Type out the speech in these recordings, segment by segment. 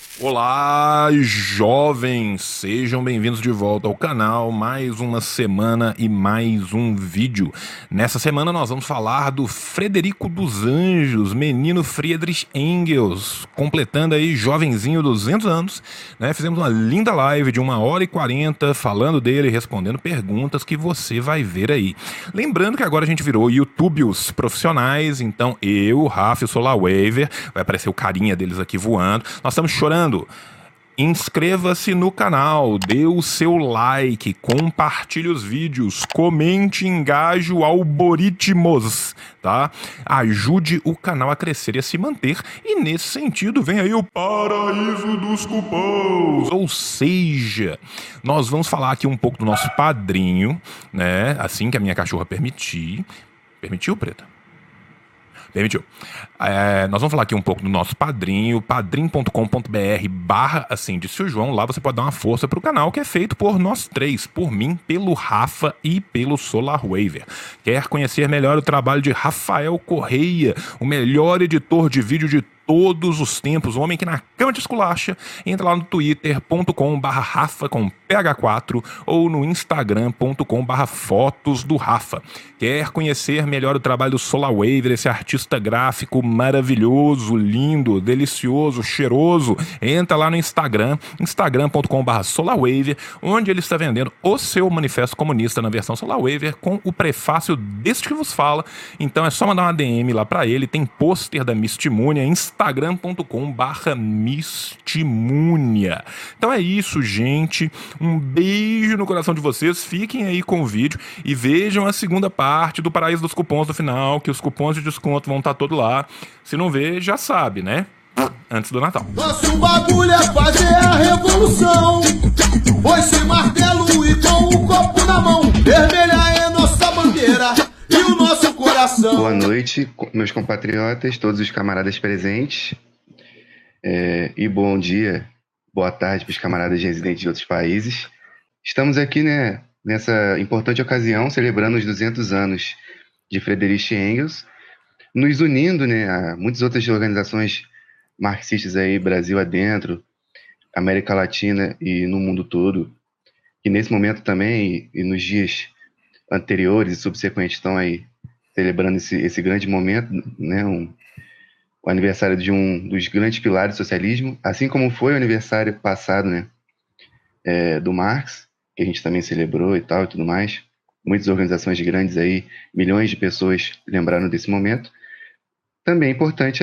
Olá, jovens! Sejam bem-vindos de volta ao canal. Mais uma semana e mais um vídeo. Nessa semana nós vamos falar do Frederico dos Anjos, menino Friedrich Engels, completando aí jovenzinho 200 anos, né? Fizemos uma linda live de 1h40 falando dele, respondendo perguntas que você vai ver aí. Lembrando que agora a gente virou YouTubers profissionais, então eu, Rafa e o SolarWaver, vai aparecer o carinha deles aqui voando. Nós estamos chorando. Inscreva-se no canal, dê o seu like, compartilhe os vídeos, comente, engaje o algoritmos, tá? Ajude o canal a crescer e a se manter. E nesse sentido vem aí o paraíso dos cupons. Ou seja, nós vamos falar aqui um pouco do nosso padrinho, né? Assim que a minha cachorra permitir. Permitiu, Preta? Permitiu. Nós vamos falar aqui um pouco do nosso padrinho, padrim.com.br assim disse o João. Lá você pode dar uma força pro canal, que é feito por nós três, por mim, pelo Rafa e pelo SolarWaver. Quer conhecer melhor o trabalho de Rafael Correia, o melhor editor de vídeo de todos os tempos, o homem que na cama de esculacha? Entra lá no twitter.com/Rafa com PH4 ou no instagram.com/fotos do Rafa. Quer conhecer melhor o trabalho do SolarWaver, esse artista gráfico maravilhoso, lindo, delicioso, cheiroso? Entra lá no instagram.com/SolarWaver, onde ele está vendendo o seu manifesto comunista na versão SolarWaver com o prefácio deste que vos fala. Então é só mandar uma DM lá para ele. Tem pôster da Mistimúnia, instagram.com/Mistimúnia. Então é isso, gente. Um beijo no coração de vocês. Fiquem aí com o vídeo e vejam a segunda parte do Paraíso dos Cupons no final, que os cupons de desconto vão estar todos lá. Se não vê, já sabe, né? Antes do Natal. Nosso bagulho é fazer a revolução. Foi-se martelo e com o copo na mão. Vermelha é nossa bandeira e o nosso coração. Boa noite, meus compatriotas, todos os camaradas presentes. E bom dia, boa tarde para os camaradas residentes de outros países. Estamos aqui, né, nessa importante ocasião, celebrando os 200 anos de Friedrich Engels, nos unindo, né, a muitas outras organizações marxistas aí, Brasil adentro, América Latina e no mundo todo, que nesse momento também, e nos dias anteriores e subsequentes, estão aí celebrando esse grande momento, né, o aniversário de um dos grandes pilares do socialismo, assim como foi o aniversário passado, né, do Marx, que a gente também celebrou e tal e tudo mais. Muitas organizações grandes aí, milhões de pessoas lembraram desse momento. Também é importante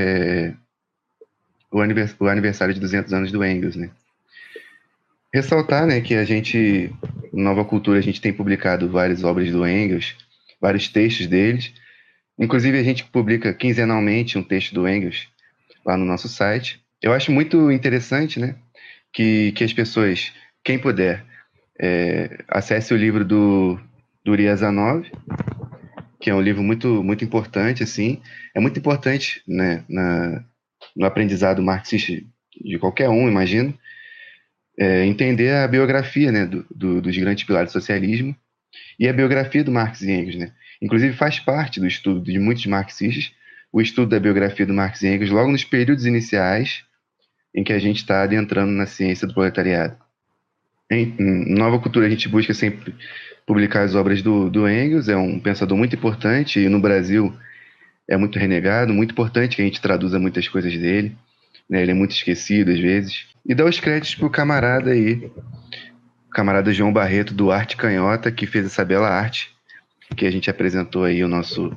o aniversário de 200 anos do Engels, né. Ressaltar, né, que a gente, no Nova Cultura, a gente tem publicado várias obras do Engels, vários textos deles. Inclusive, a gente publica quinzenalmente um texto do Engels lá no nosso site. Eu acho muito interessante, né, que as pessoas, quem puder, acesse o livro do Riazanov, que é um livro muito, muito importante, assim. É muito importante, né, no aprendizado marxista de qualquer um, imagino, entender a biografia, né, dos grandes pilares do socialismo e a biografia do Marx e Engels, né. Inclusive faz parte do estudo de muitos marxistas o estudo da biografia do Marx e Engels logo nos períodos iniciais em que a gente está adentrando na ciência do proletariado. Em Nova Cultura a gente busca sempre publicar as obras do Engels, é um pensador muito importante e no Brasil é muito renegado, muito importante que a gente traduza muitas coisas dele, né, ele é muito esquecido às vezes. E dar os créditos pro camarada aí, o camarada João Barreto do Arte Canhota, que fez essa bela arte que a gente apresentou aí a nossa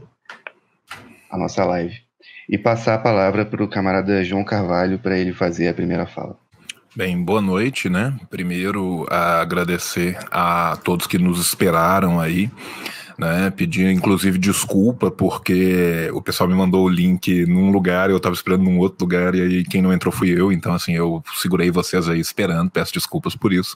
live. E passar a palavra para o camarada João Carvalho para ele fazer a primeira fala. Bem, boa noite, né? Primeiro, agradecer a todos que nos esperaram aí, né? Pedir, inclusive, desculpa, porque o pessoal me mandou o link num lugar, eu estava esperando num outro lugar, e aí quem não entrou fui eu, então, assim, eu segurei vocês aí esperando, peço desculpas por isso.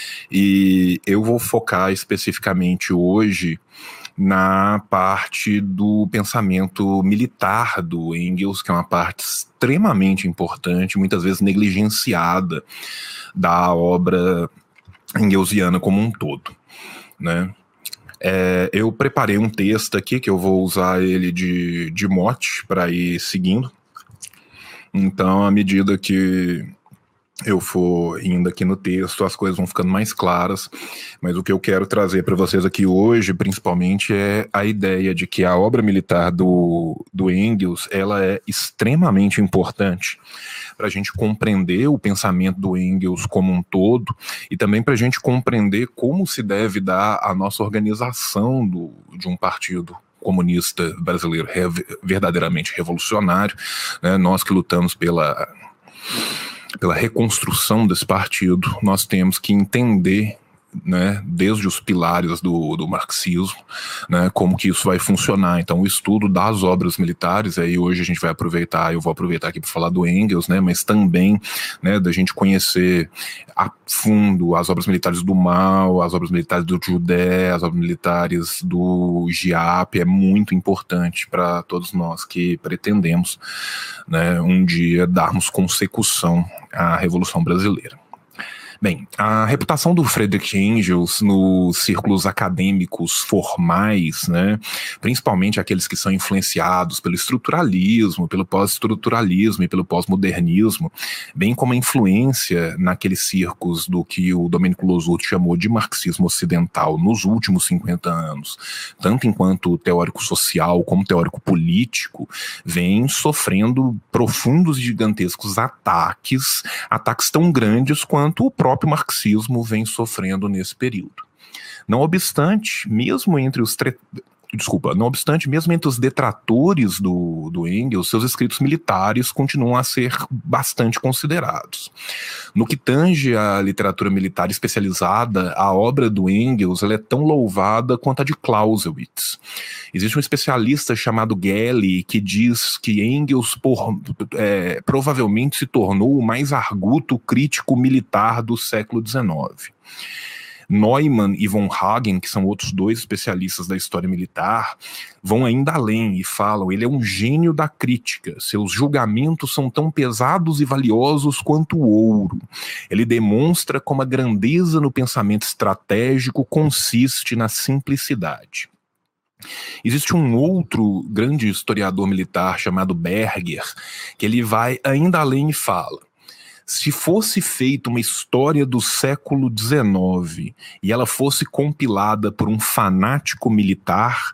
E eu vou focar especificamente hoje na parte do pensamento militar do Engels, que é uma parte extremamente importante, muitas vezes negligenciada da obra engelsiana como um todo, né? Eu preparei um texto aqui que eu vou usar ele de mote para ir seguindo. Então, à medida que eu for indo aqui no texto, as coisas vão ficando mais claras, mas o que eu quero trazer para vocês aqui hoje, principalmente, é a ideia de que a obra militar do Engels, ela é extremamente importante para a gente compreender o pensamento do Engels como um todo e também para a gente compreender como se deve dar a nossa organização de um partido comunista brasileiro verdadeiramente revolucionário, né? Nós que lutamos pela reconstrução desse partido, nós temos que entender, né, desde os pilares do marxismo, né, como que isso vai funcionar. Então o estudo das obras militares, aí hoje a gente vai aproveitar, eu vou aproveitar aqui para falar do Engels, né, mas também, né, da gente conhecer a fundo as obras militares do Mao, as obras militares do Judé, as obras militares do Giap, é muito importante para todos nós que pretendemos, né, um dia darmos consecução à Revolução Brasileira. Bem, a reputação do Friedrich Engels nos círculos acadêmicos formais, né, principalmente aqueles que são influenciados pelo estruturalismo, pelo pós-estruturalismo e pelo pós-modernismo, bem como a influência naqueles círculos do que o Domenico Losurdo chamou de marxismo ocidental nos últimos 50 anos, tanto enquanto teórico social como teórico político, vem sofrendo profundos e gigantescos ataques tão grandes quanto o próprio marxismo vem sofrendo nesse período. Não obstante, mesmo entre os detratores do Engels, seus escritos militares continuam a ser bastante considerados. No que tange à literatura militar especializada, a obra do Engels ela é tão louvada quanto a de Clausewitz. Existe um especialista chamado Gelli que diz que Engels provavelmente se tornou o mais arguto crítico militar do século XIX. Neumann e von Hagen, que são outros dois especialistas da história militar, vão ainda além e falam: ele é um gênio da crítica, seus julgamentos são tão pesados e valiosos quanto o ouro. Ele demonstra como a grandeza no pensamento estratégico consiste na simplicidade. Existe um outro grande historiador militar chamado Berger, que ele vai ainda além e fala: se fosse feita uma história do século XIX e ela fosse compilada por um fanático militar,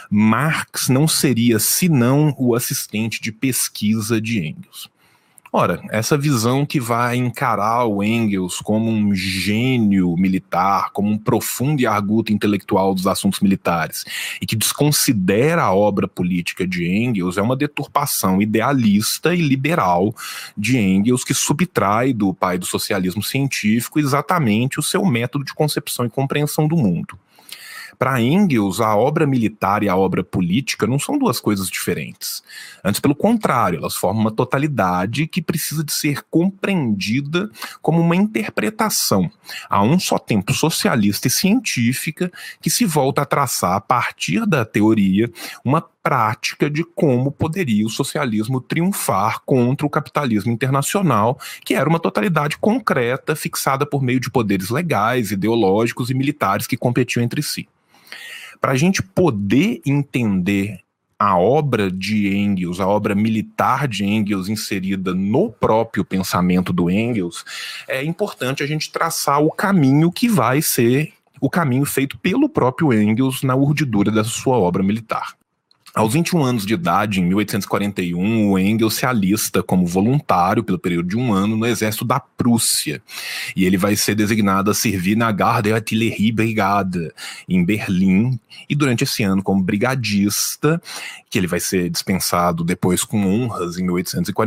Marx não seria senão o assistente de pesquisa de Engels. Ora, essa visão que vai encarar o Engels como um gênio militar, como um profundo e arguto intelectual dos assuntos militares, e que desconsidera a obra política de Engels, é uma deturpação idealista e liberal de Engels, que subtrai do pai do socialismo científico exatamente o seu método de concepção e compreensão do mundo. Para Engels, a obra militar e a obra política não são duas coisas diferentes. Antes, pelo contrário, elas formam uma totalidade que precisa de ser compreendida como uma interpretação, a um só tempo socialista e científica, que se volta a traçar, a partir da teoria, uma prática de como poderia o socialismo triunfar contra o capitalismo internacional, que era uma totalidade concreta, fixada por meio de poderes legais, ideológicos e militares que competiam entre si. Para a gente poder entender a obra de Engels, a obra militar de Engels inserida no próprio pensamento do Engels, é importante a gente traçar o caminho que vai ser o caminho feito pelo próprio Engels na urdidura da sua obra militar. Aos 21 anos de idade, em 1841, o Engels se alista como voluntário pelo período de um ano no exército da Prússia. E ele vai ser designado a servir na Garde Artillerie Brigade, em Berlim, e durante esse ano como brigadista, que ele vai ser dispensado depois com honras em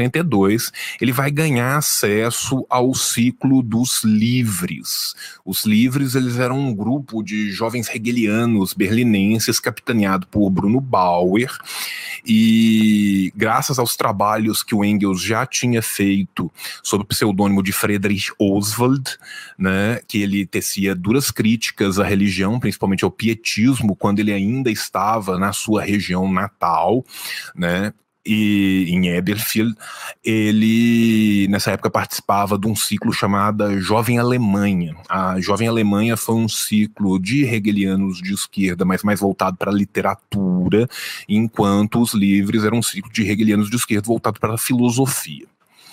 1842, ele vai ganhar acesso ao ciclo dos livres. Os livres, eles eram um grupo de jovens hegelianos berlinenses capitaneado por Bruno Bauer, e graças aos trabalhos que o Engels já tinha feito sob o pseudônimo de Friedrich Oswald, né, que ele tecia duras críticas à religião, principalmente ao pietismo, quando ele ainda estava na sua região natal, né, e em Eberfield, ele nessa época participava de um ciclo chamado Jovem Alemanha. A Jovem Alemanha foi um ciclo de hegelianos de esquerda, mas mais voltado para a literatura, enquanto os livres eram um ciclo de hegelianos de esquerda voltado para a filosofia.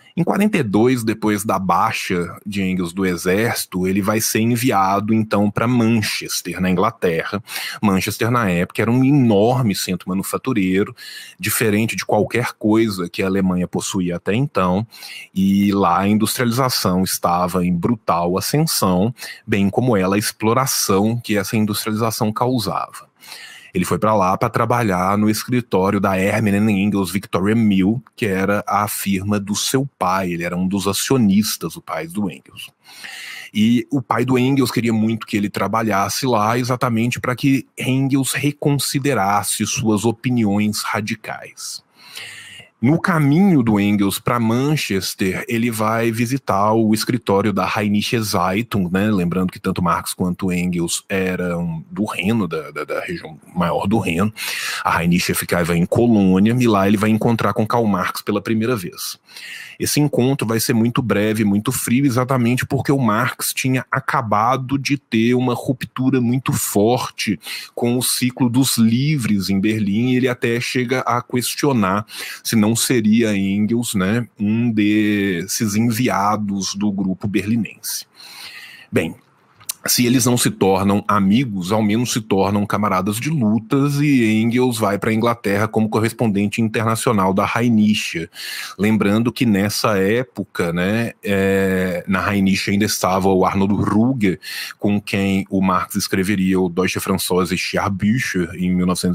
Em 42, depois da baixa de Engels do exército, ele vai ser enviado então para Manchester, na Inglaterra. Manchester, na época, era um enorme centro manufatureiro, diferente de qualquer coisa que a Alemanha possuía até então, e lá a industrialização estava em brutal ascensão, bem como ela a exploração que essa industrialização causava. Ele foi para lá para trabalhar no escritório da Hermann Engels Victoria Mill, que era a firma do seu pai. Ele era um dos acionistas, o pai do Engels. E o pai do Engels queria muito que ele trabalhasse lá exatamente para que Engels reconsiderasse suas opiniões radicais. No caminho do Engels para Manchester, ele vai visitar o escritório da Rheinische Zeitung, né? Lembrando que tanto Marx quanto Engels eram do Reno, da região maior do Reno. A Rheinische ficava em Colônia, e lá ele vai encontrar com Karl Marx pela primeira vez. Esse encontro vai ser muito breve, muito frio, exatamente porque o Marx tinha acabado de ter uma ruptura muito forte com o ciclo dos livres em Berlim, e ele até chega a questionar se não seria Engels, né, um desses enviados do grupo berlinense. Bem, se eles não se tornam amigos, ao menos se tornam camaradas de lutas, e Engels vai para a Inglaterra como correspondente internacional da Rheinische. Lembrando que nessa época, né, na Rheinische ainda estava o Arnold Ruger, com quem o Marx escreveria o Deutsche Französische Jahrbücher em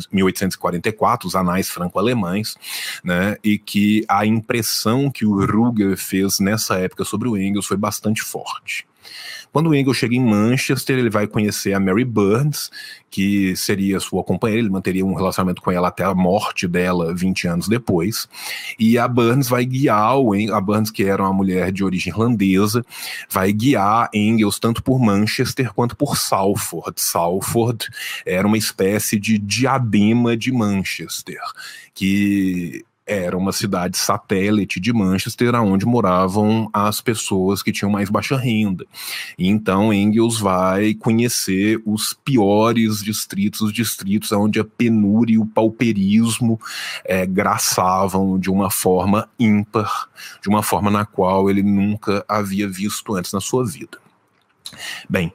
1844, os anais franco-alemães, né, e que a impressão que o Ruger fez nessa época sobre o Engels foi bastante forte. Quando o Engels chega em Manchester, ele vai conhecer a Mary Burns, que seria sua companheira. Ele manteria um relacionamento com ela até a morte dela 20 anos depois. E a Burns vai guiar a Burns, que era uma mulher de origem irlandesa, vai guiar Engels tanto por Manchester quanto por Salford. Salford era uma espécie de diadema de Manchester, que era uma cidade satélite de Manchester, onde moravam as pessoas que tinham mais baixa renda. E então Engels vai conhecer os piores distritos, os distritos onde a penúria e o pauperismo graçavam de uma forma ímpar, de uma forma na qual ele nunca havia visto antes na sua vida. Bem,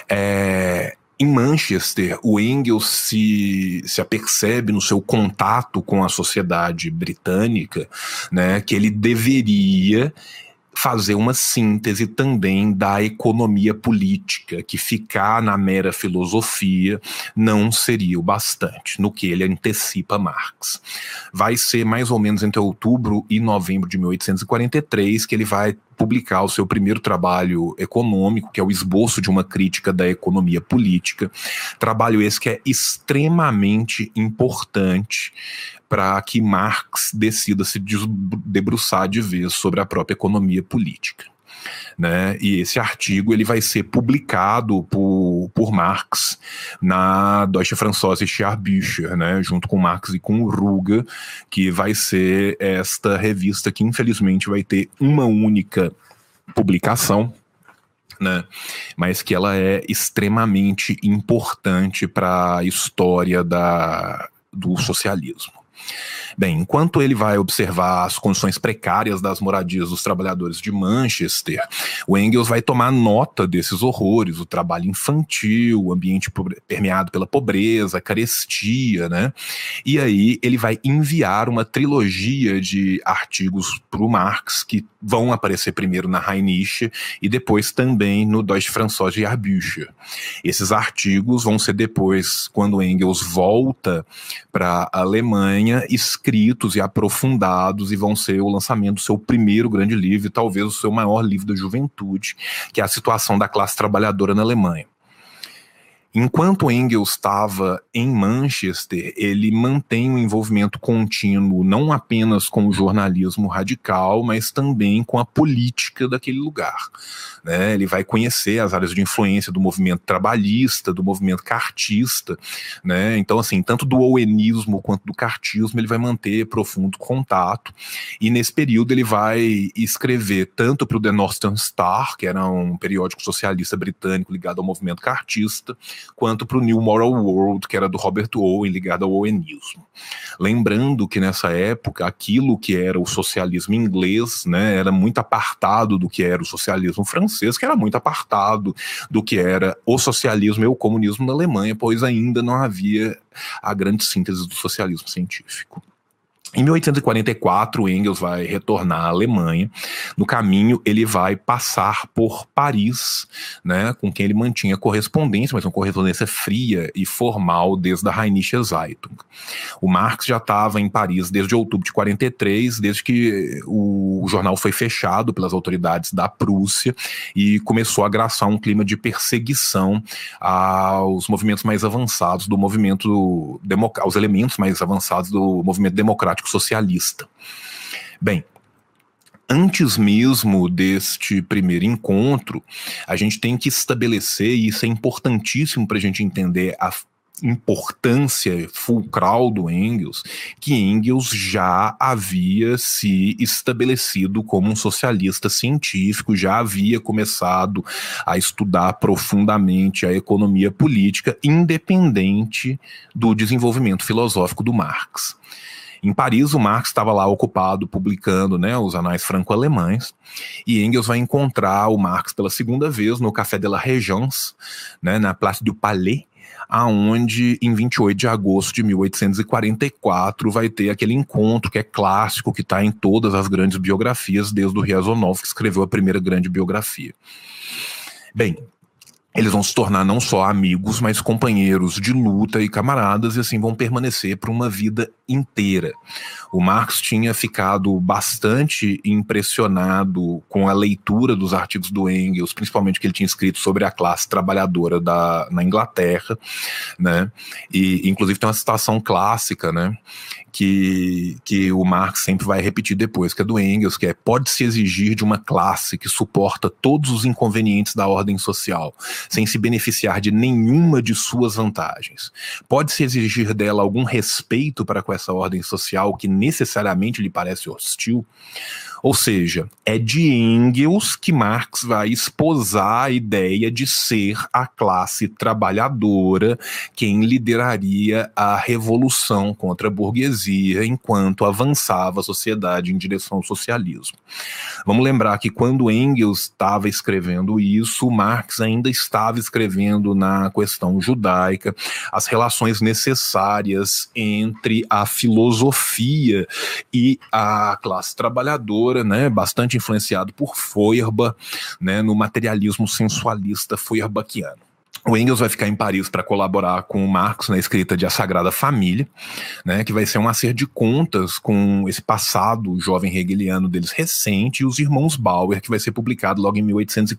em Manchester, o Engels se apercebe no seu contato com a sociedade britânica, né, que ele deveria fazer uma síntese também da economia política, que ficar na mera filosofia não seria o bastante, no que ele antecipa Marx. Vai ser mais ou menos entre outubro e novembro de 1843 que ele vai publicar o seu primeiro trabalho econômico, que é o Esboço de uma Crítica da Economia Política. Trabalho esse que é extremamente importante para que Marx decida se debruçar de vez sobre a própria economia política, né? E esse artigo ele vai ser publicado por Marx na Deutsche Französische Jahrbücher, né? Junto com Marx e com o Ruger, que vai ser esta revista que infelizmente vai ter uma única publicação, né? Mas que ela é extremamente importante para a história do socialismo. Bem, enquanto ele vai observar as condições precárias das moradias dos trabalhadores de Manchester, o Engels vai tomar nota desses horrores, o trabalho infantil, o ambiente permeado pela pobreza, a carestia, né? E aí ele vai enviar uma trilogia de artigos para o Marx, que vão aparecer primeiro na Rheinische e depois também no Deutsche Französische Jahrbücher. Esses artigos vão ser depois, quando Engels volta para a Alemanha, escritos e aprofundados, e vão ser o lançamento do seu primeiro grande livro, e talvez o seu maior livro da juventude, que é A Situação da Classe Trabalhadora na Alemanha. Enquanto Engels estava em Manchester, ele mantém um envolvimento contínuo não apenas com o jornalismo radical, mas também com a política daquele lugar, né? Ele vai conhecer as áreas de influência do movimento trabalhista, do movimento cartista, né? Então, assim, tanto do owenismo quanto do cartismo ele vai manter profundo contato, e nesse período ele vai escrever tanto para o The Northern Star, que era um periódico socialista britânico ligado ao movimento cartista, quanto para o New Moral World, que era do Robert Owen, ligado ao owenismo. Lembrando que nessa época, aquilo que era o socialismo inglês, né, era muito apartado do que era o socialismo francês, que era muito apartado do que era o socialismo e o comunismo na Alemanha, pois ainda não havia a grande síntese do socialismo científico. Em 1844, Engels vai retornar à Alemanha. No caminho, ele vai passar por Paris, né, com quem ele mantinha correspondência, mas uma correspondência fria e formal desde a Rheinische Zeitung. O Marx já estava em Paris desde outubro de 43, desde que o jornal foi fechado pelas autoridades da Prússia e começou a agraçar um clima de perseguição aos movimentos mais avançados do movimento democrático, aos elementos mais avançados do movimento democrático socialista. Bem, antes mesmo deste primeiro encontro, a gente tem que estabelecer, e isso é importantíssimo para a gente entender a importância fulcral do Engels, que Engels já havia se estabelecido como um socialista científico, já havia começado a estudar profundamente a economia política, independente do desenvolvimento filosófico do Marx. Em Paris, o Marx estava lá ocupado publicando, né, os anais franco-alemães, e Engels vai encontrar o Marx pela segunda vez no Café de la Régence, né, na Place du Palais, aonde em 28 de agosto de 1844 vai ter aquele encontro que é clássico, que está em todas as grandes biografias, desde o Riazonov, que escreveu a primeira grande biografia. Bem, eles vão se tornar não só amigos, mas companheiros de luta e camaradas, e assim vão permanecer por uma vida inteira. O Marx tinha ficado bastante impressionado com a leitura dos artigos do Engels, principalmente que ele tinha escrito sobre a classe trabalhadora na Inglaterra, né? E inclusive tem uma citação clássica, né, que o Marx sempre vai repetir depois, que é do Engels, que é: pode-se exigir de uma classe que suporta todos os inconvenientes da ordem social, sem se beneficiar de nenhuma de suas vantagens. Pode-se exigir dela algum respeito para com essa ordem social que necessariamente lhe parece hostil? Ou seja, é de Engels que Marx vai esposar a ideia de ser a classe trabalhadora quem lideraria a revolução contra a burguesia enquanto avançava a sociedade em direção ao socialismo. Vamos lembrar que quando Engels estava escrevendo isso, Marx ainda estava escrevendo na questão judaica as relações necessárias entre a filosofia e a classe trabalhadora, né, bastante influenciado por Feuerbach, né, no materialismo sensualista feuerbachiano. O Engels vai ficar em Paris para colaborar com o Marx na escrita de A Sagrada Família, né, que vai ser um acerto de contas com esse passado jovem hegeliano deles recente, e Os Irmãos Bauer, que vai ser publicado logo em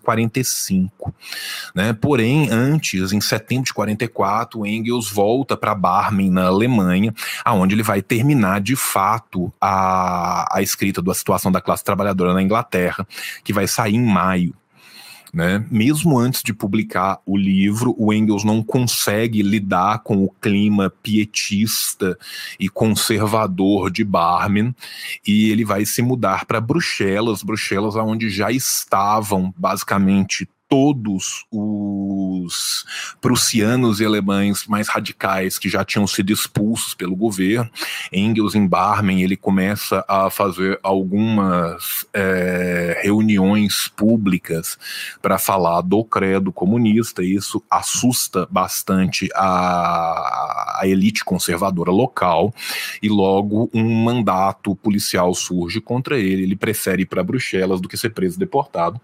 1845. Né. Porém, antes, em setembro de 44, o Engels volta para Barmen, na Alemanha, aonde ele vai terminar de fato a escrita da situação da classe trabalhadora na Inglaterra, que vai sair em maio. Né? Mesmo antes de publicar o livro, o Engels não consegue lidar com o clima pietista e conservador de Barmen, e ele vai se mudar para Bruxelas, onde já estavam basicamente todos os prussianos e alemães mais radicais que já tinham sido expulsos pelo governo. Engels, em Barmen, ele começa a fazer algumas reuniões públicas para falar do credo comunista, e isso assusta bastante a elite conservadora local, e logo um mandato policial surge contra ele. Ele prefere ir para Bruxelas do que ser preso e deportado.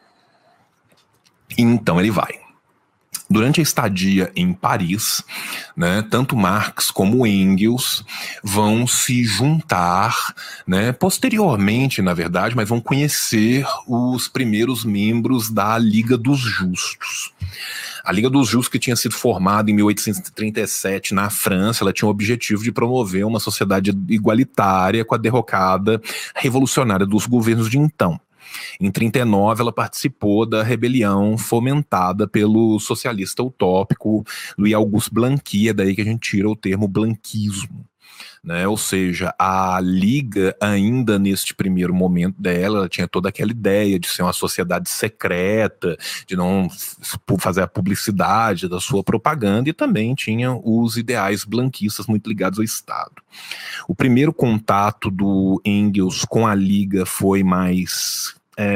Então ele vai. Durante a estadia em Paris, né, tanto Marx como Engels vão se juntar, né, posteriormente, na verdade, mas vão conhecer os primeiros membros da Liga dos Justos. A Liga dos Justos, que tinha sido formada em 1837 na França, ela tinha o objetivo de promover uma sociedade igualitária com a derrocada revolucionária dos governos de então. Em 1939, ela participou da rebelião fomentada pelo socialista utópico Louis Auguste Blanqui, é daí que a gente tira o termo blanquismo. né? Ou seja, a Liga, ainda neste primeiro momento dela, ela tinha toda aquela ideia de ser uma sociedade secreta, de não fazer a publicidade da sua propaganda, e também tinha os ideais blanquistas muito ligados ao Estado. O primeiro contato do Engels com a Liga foi mais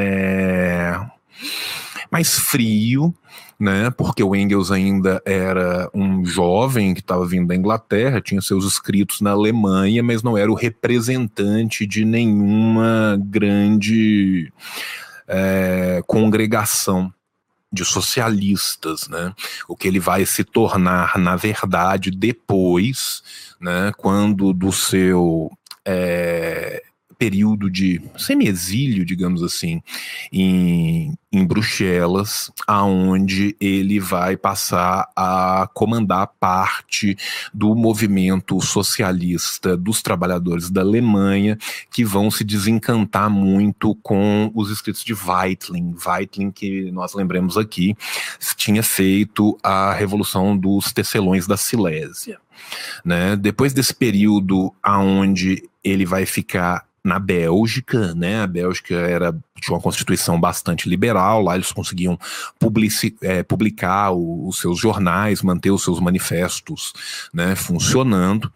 frio, né, porque o Engels ainda era um jovem que estava vindo da Inglaterra, tinha seus escritos na Alemanha, mas não era o representante de nenhuma grande congregação de socialistas, né? O que ele vai se tornar, na verdade, depois, né, quando do seu período de semi-exílio, digamos assim, em Bruxelas, aonde ele vai passar a comandar parte do movimento socialista dos trabalhadores da Alemanha, que vão se desencantar muito com os escritos de Weitling. Weitling, que nós lembramos aqui, tinha feito a Revolução dos Tecelões da Silésia, né? Depois desse período aonde ele vai ficar na Bélgica, né? A Bélgica tinha uma constituição bastante liberal, lá eles conseguiam publicar os seus jornais, manter os seus manifestos, né, funcionando.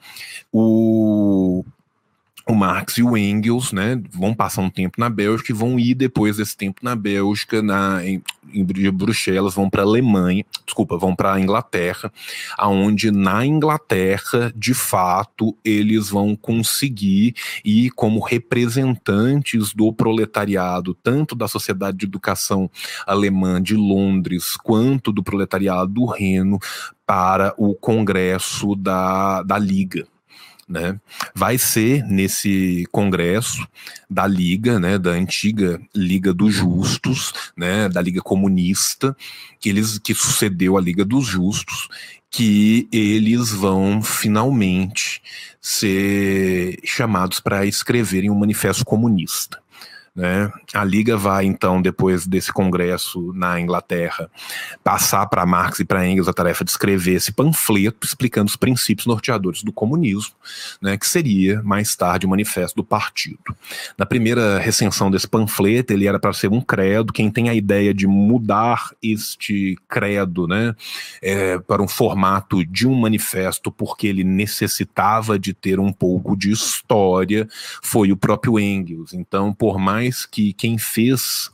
O Marx e o Engels, né, vão passar um tempo na Bélgica e vão ir, depois desse tempo na Bélgica, em Bruxelas, vão para vão para a Inglaterra, aonde na Inglaterra, de fato, eles vão conseguir ir como representantes do proletariado, tanto da Sociedade de Educação Alemã de Londres, quanto do proletariado do Reno, para o Congresso da Liga. Né? Vai ser nesse congresso da Liga, né, da antiga Liga dos Justos, né, da Liga Comunista, que sucedeu a Liga dos Justos, que eles vão finalmente ser chamados para escreverem um manifesto comunista. Né? A Liga vai, então, depois desse congresso na Inglaterra, passar para Marx e para Engels a tarefa de escrever esse panfleto explicando os princípios norteadores do comunismo, né, que seria, mais tarde, o manifesto do partido. Na primeira recensão desse panfleto, ele era para ser um credo. Quem tem a ideia de mudar este credo, né, para um formato de um manifesto, porque ele necessitava de ter um pouco de história, foi o próprio Engels. Então, por mais que quem fez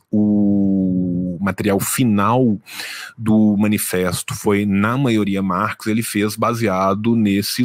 o material final do manifesto foi, na maioria, Marx, ele fez baseado nesse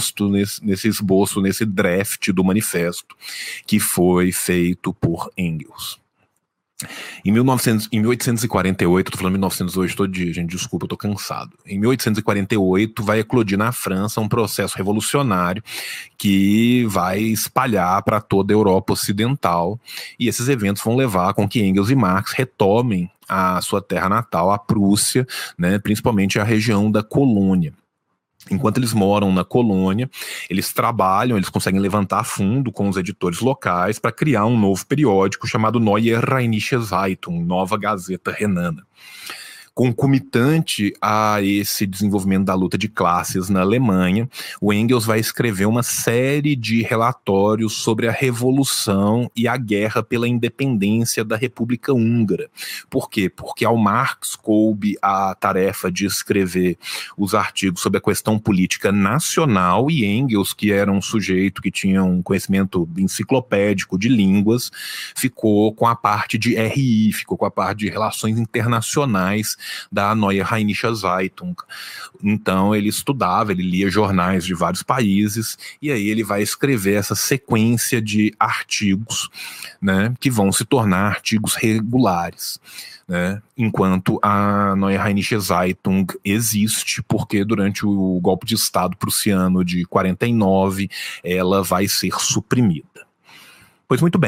draft do manifesto, que foi feito por Engels. Em 1848, tô falando 1900 hoje todo dia, gente, desculpa, eu tô cansado. Em 1848 vai eclodir na França um processo revolucionário que vai espalhar para toda a Europa Ocidental, e esses eventos vão levar com que Engels e Marx retomem a sua terra natal, a Prússia, né, principalmente a região da Colônia. Enquanto eles moram na colônia, eles trabalham, eles conseguem levantar fundo com os editores locais para criar um novo periódico chamado Neue Rheinische Zeitung, Nova Gazeta Renana. Concomitante a esse desenvolvimento da luta de classes na Alemanha, o Engels vai escrever uma série de relatórios sobre a Revolução e a guerra pela independência da República Húngara. Por quê? Porque ao Marx coube a tarefa de escrever os artigos sobre a questão política nacional, e Engels, que era um sujeito que tinha um conhecimento enciclopédico de línguas, ficou com a parte de RI, ficou com a parte de relações internacionais da Neue Rheinische Zeitung. Então ele estudava, ele lia jornais de vários países, e aí ele vai escrever essa sequência de artigos, né, que vão se tornar artigos regulares, né, enquanto a Neue Rheinische Zeitung existe, porque durante o golpe de Estado prussiano de 49 ela vai ser suprimida. Pois muito bem,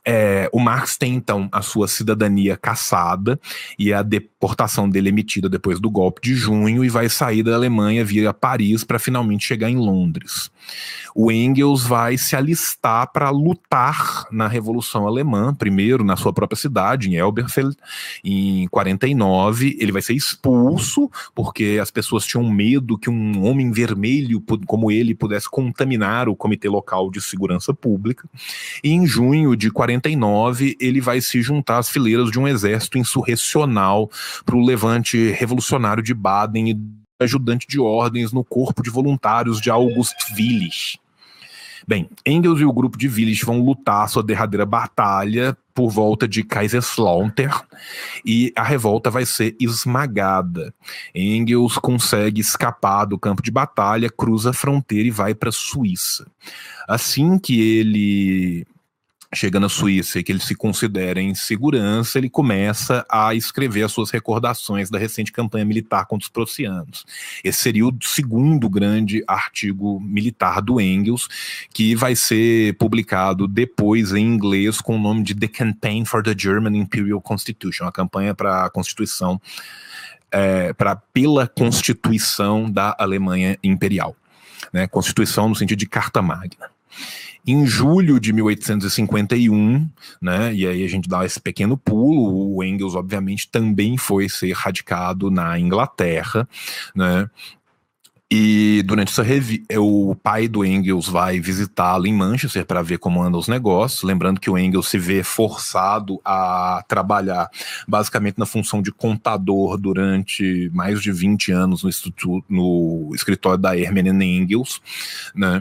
O Marx tem, então, a sua cidadania cassada e a deportação dele emitida depois do golpe de junho e vai sair da Alemanha via Paris para finalmente chegar em Londres. O Engels vai se alistar para lutar na Revolução Alemã, primeiro na sua própria cidade, em Elberfeld, em 49. Ele vai ser expulso, porque as pessoas tinham medo que um homem vermelho como ele pudesse contaminar o Comitê Local de Segurança Pública. E em junho de 49, ele vai se juntar às fileiras de um exército insurrecional para o levante revolucionário de Baden e ajudante de ordens no corpo de voluntários de August Willich. Bem, Engels e o grupo de Willich vão lutar sua derradeira batalha por volta de Kaiserslautern e a revolta vai ser esmagada. Engels consegue escapar do campo de batalha, cruza a fronteira e vai para a Suíça. Assim que ele chega na Suíça e que ele se considera em segurança, ele começa a escrever as suas recordações da recente campanha militar contra os prussianos. Esse seria o segundo grande artigo militar do Engels, que vai ser publicado depois em inglês com o nome de The Campaign for the German Imperial Constitution, a campanha para a Constituição, pela Constituição da Alemanha Imperial, né? Constituição no sentido de Carta Magna. Em julho de 1851, né, e aí a gente dá esse pequeno pulo, o Engels, obviamente, também foi ser radicado na Inglaterra, né, e durante essa o pai do Engels vai visitá-lo em Manchester para ver como andam os negócios, lembrando que o Engels se vê forçado a trabalhar basicamente na função de contador durante mais de 20 anos no escritório da Hermann Engels, né,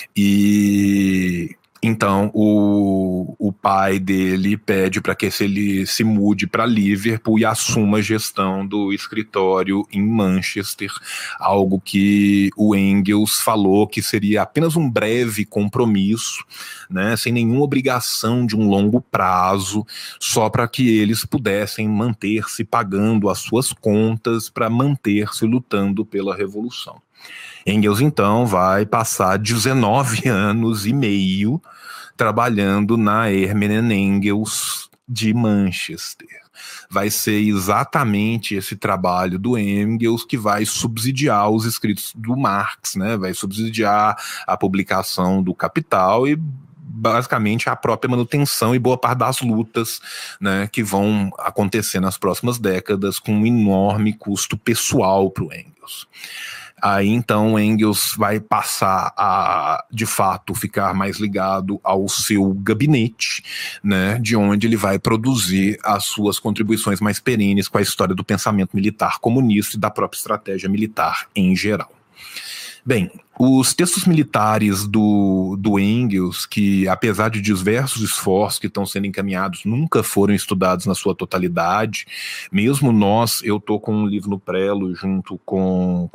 e então o pai dele pede para que ele se mude para Liverpool e assuma a gestão do escritório em Manchester, algo que o Engels falou que seria apenas um breve compromisso, né, sem nenhuma obrigação de um longo prazo, só para que eles pudessem manter-se pagando as suas contas para manter-se lutando pela Revolução. Engels, então, vai passar 19 anos e meio trabalhando na Hermann Engels de Manchester. Vai ser exatamente esse trabalho do Engels que vai subsidiar os escritos do Marx, né? Vai subsidiar a publicação do Capital e basicamente a própria manutenção e boa parte das lutas, né, que vão acontecer nas próximas décadas com um enorme custo pessoal para o Engels. Aí então Engels vai passar a, de fato, ficar mais ligado ao seu gabinete, né, de onde ele vai produzir as suas contribuições mais perenes com a história do pensamento militar comunista e da própria estratégia militar em geral. Bem, os textos militares do Engels, que apesar de diversos esforços que estão sendo encaminhados, nunca foram estudados na sua totalidade, mesmo eu estou com um livro no prelo junto com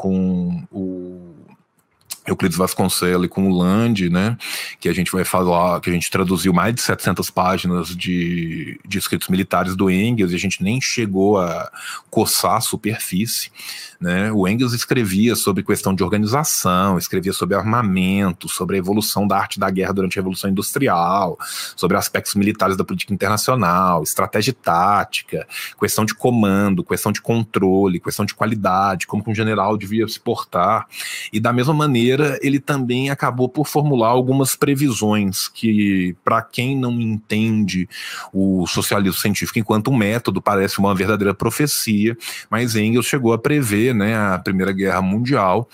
o Euclides Vasconcelos e com o Lande, né, que a gente vai falar, que a gente traduziu mais de 700 páginas de escritos militares do Engels, e a gente nem chegou a coçar a superfície, né. O Engels escrevia sobre questão de organização, escrevia sobre armamento, sobre a evolução da arte da guerra durante a Revolução Industrial, sobre aspectos militares da política internacional, estratégia tática, questão de comando, questão de controle, questão de qualidade, como que um general devia se portar, e da mesma maneira ele também acabou por formular algumas previsões que, para quem não entende o socialismo científico enquanto um método, parece uma verdadeira profecia, mas Engels chegou a prever, né, a Primeira Guerra Mundial,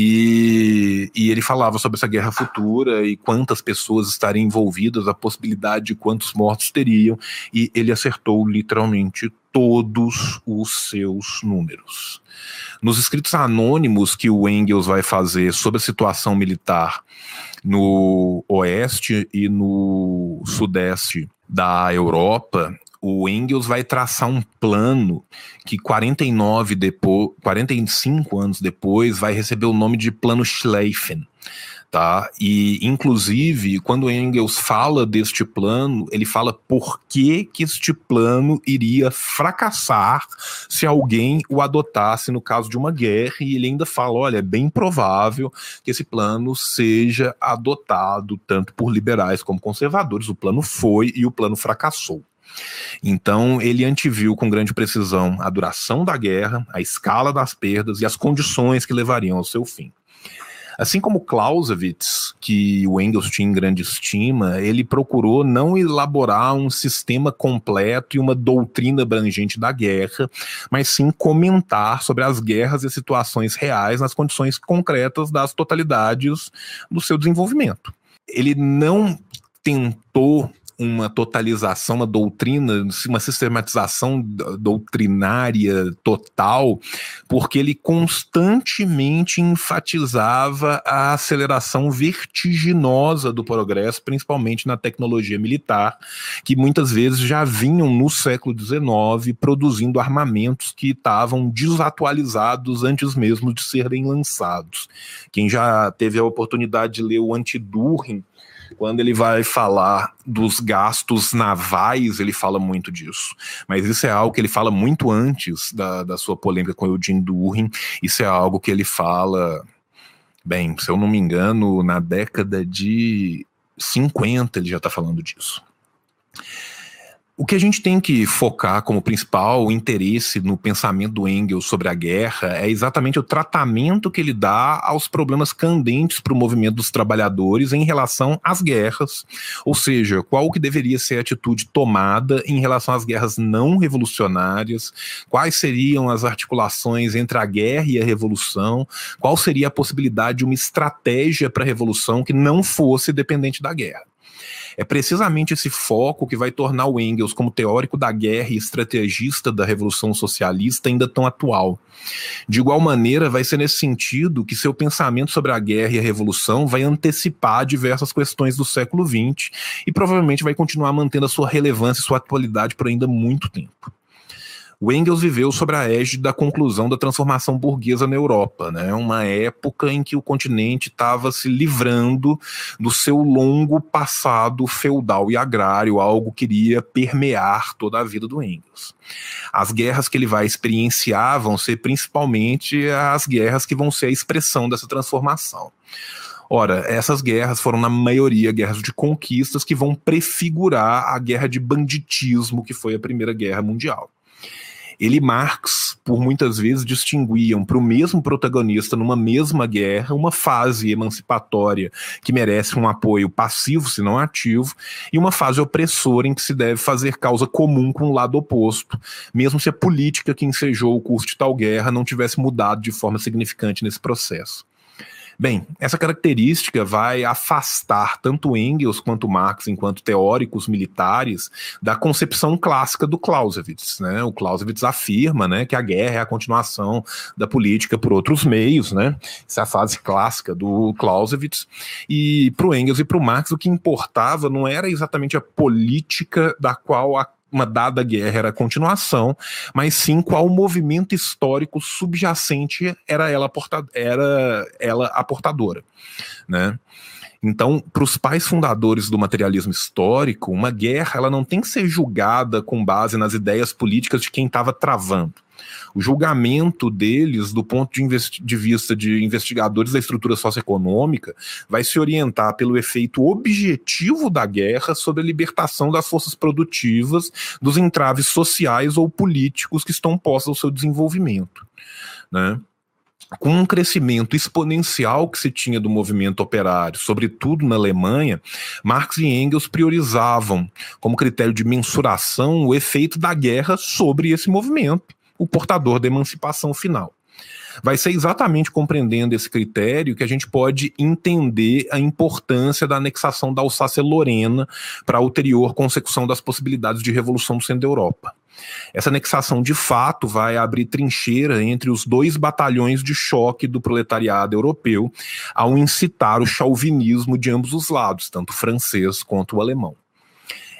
e ele falava sobre essa guerra futura e quantas pessoas estariam envolvidas, a possibilidade de quantos mortos teriam, e ele acertou literalmente todos os seus números. Nos escritos anônimos que o Engels vai fazer sobre a situação militar no oeste e no sudeste da Europa, o Engels vai traçar um plano que 45 anos depois vai receber o nome de Plano Schlieffen, tá? E, inclusive, quando Engels fala deste plano, ele fala por que este plano iria fracassar se alguém o adotasse no caso de uma guerra, e ele ainda fala, olha, é bem provável que esse plano seja adotado tanto por liberais como conservadores. O plano foi e o plano fracassou. Então, ele anteviu com grande precisão a duração da guerra, a escala das perdas e as condições que levariam ao seu fim. Assim como Clausewitz, que o Engels tinha em grande estima, ele procurou não elaborar um sistema completo e uma doutrina abrangente da guerra, mas sim comentar sobre as guerras e situações reais nas condições concretas das totalidades do seu desenvolvimento. Ele não tentou uma totalização, uma doutrina, uma sistematização doutrinária total, porque ele constantemente enfatizava a aceleração vertiginosa do progresso, principalmente na tecnologia militar, que muitas vezes já vinham no século XIX produzindo armamentos que estavam desatualizados antes mesmo de serem lançados. Quem já teve a oportunidade de ler o Anti-Düren, quando ele vai falar dos gastos navais, ele fala muito disso. Mas isso é algo que ele fala muito antes da sua polêmica com Eugene Düren. Isso é algo que ele fala, bem, se eu não me engano, na década de 50 ele já está falando disso. O que a gente tem que focar como principal interesse no pensamento do Engels sobre a guerra é exatamente o tratamento que ele dá aos problemas candentes para o movimento dos trabalhadores em relação às guerras, ou seja, qual que deveria ser a atitude tomada em relação às guerras não revolucionárias, quais seriam as articulações entre a guerra e a revolução, qual seria a possibilidade de uma estratégia para a revolução que não fosse dependente da guerra. É precisamente esse foco que vai tornar o Engels, como teórico da guerra e estrategista da Revolução Socialista, ainda tão atual. De igual maneira, vai ser nesse sentido que seu pensamento sobre a guerra e a revolução vai antecipar diversas questões do século XX e provavelmente vai continuar mantendo a sua relevância e sua atualidade por ainda muito tempo. O Engels viveu sob a égide da conclusão da transformação burguesa na Europa, né? Uma época em que o continente estava se livrando do seu longo passado feudal e agrário, algo que iria permear toda a vida do Engels. As guerras que ele vai experienciar vão ser principalmente as guerras que vão ser a expressão dessa transformação. Ora, essas guerras foram, na maioria, guerras de conquistas que vão prefigurar a guerra de banditismo que foi a Primeira Guerra Mundial. Ele e Marx, por muitas vezes, distinguiam para o mesmo protagonista numa mesma guerra uma fase emancipatória que merece um apoio passivo, se não ativo, e uma fase opressora em que se deve fazer causa comum com o lado oposto, mesmo se a política que ensejou o curso de tal guerra não tivesse mudado de forma significante nesse processo. Bem, essa característica vai afastar tanto Engels quanto Marx, enquanto teóricos militares, da concepção clássica do Clausewitz, né? O Clausewitz afirma, né, que a guerra é a continuação da política por outros meios, né? Essa é a fase clássica do Clausewitz. E para o Engels e para o Marx, o que importava não era exatamente a política da qual uma dada guerra era a continuação, mas sim qual movimento histórico subjacente era ela a portadora, né? Então, para os pais fundadores do materialismo histórico, uma guerra ela não tem que ser julgada com base nas ideias políticas de quem estava travando. O julgamento deles, do ponto de vista de investigadores da estrutura socioeconômica, vai se orientar pelo efeito objetivo da guerra sobre a libertação das forças produtivas dos entraves sociais ou políticos que estão postos ao seu desenvolvimento, né? Com um crescimento exponencial que se tinha do movimento operário, sobretudo na Alemanha, Marx e Engels priorizavam como critério de mensuração o efeito da guerra sobre esse movimento, o portador da emancipação final. Vai ser exatamente compreendendo esse critério que a gente pode entender a importância da anexação da Alsácia-Lorena para a ulterior consecução das possibilidades de revolução no centro da Europa. Essa anexação, de fato, vai abrir trincheira entre os dois batalhões de choque do proletariado europeu ao incitar o chauvinismo de ambos os lados, tanto o francês quanto o alemão.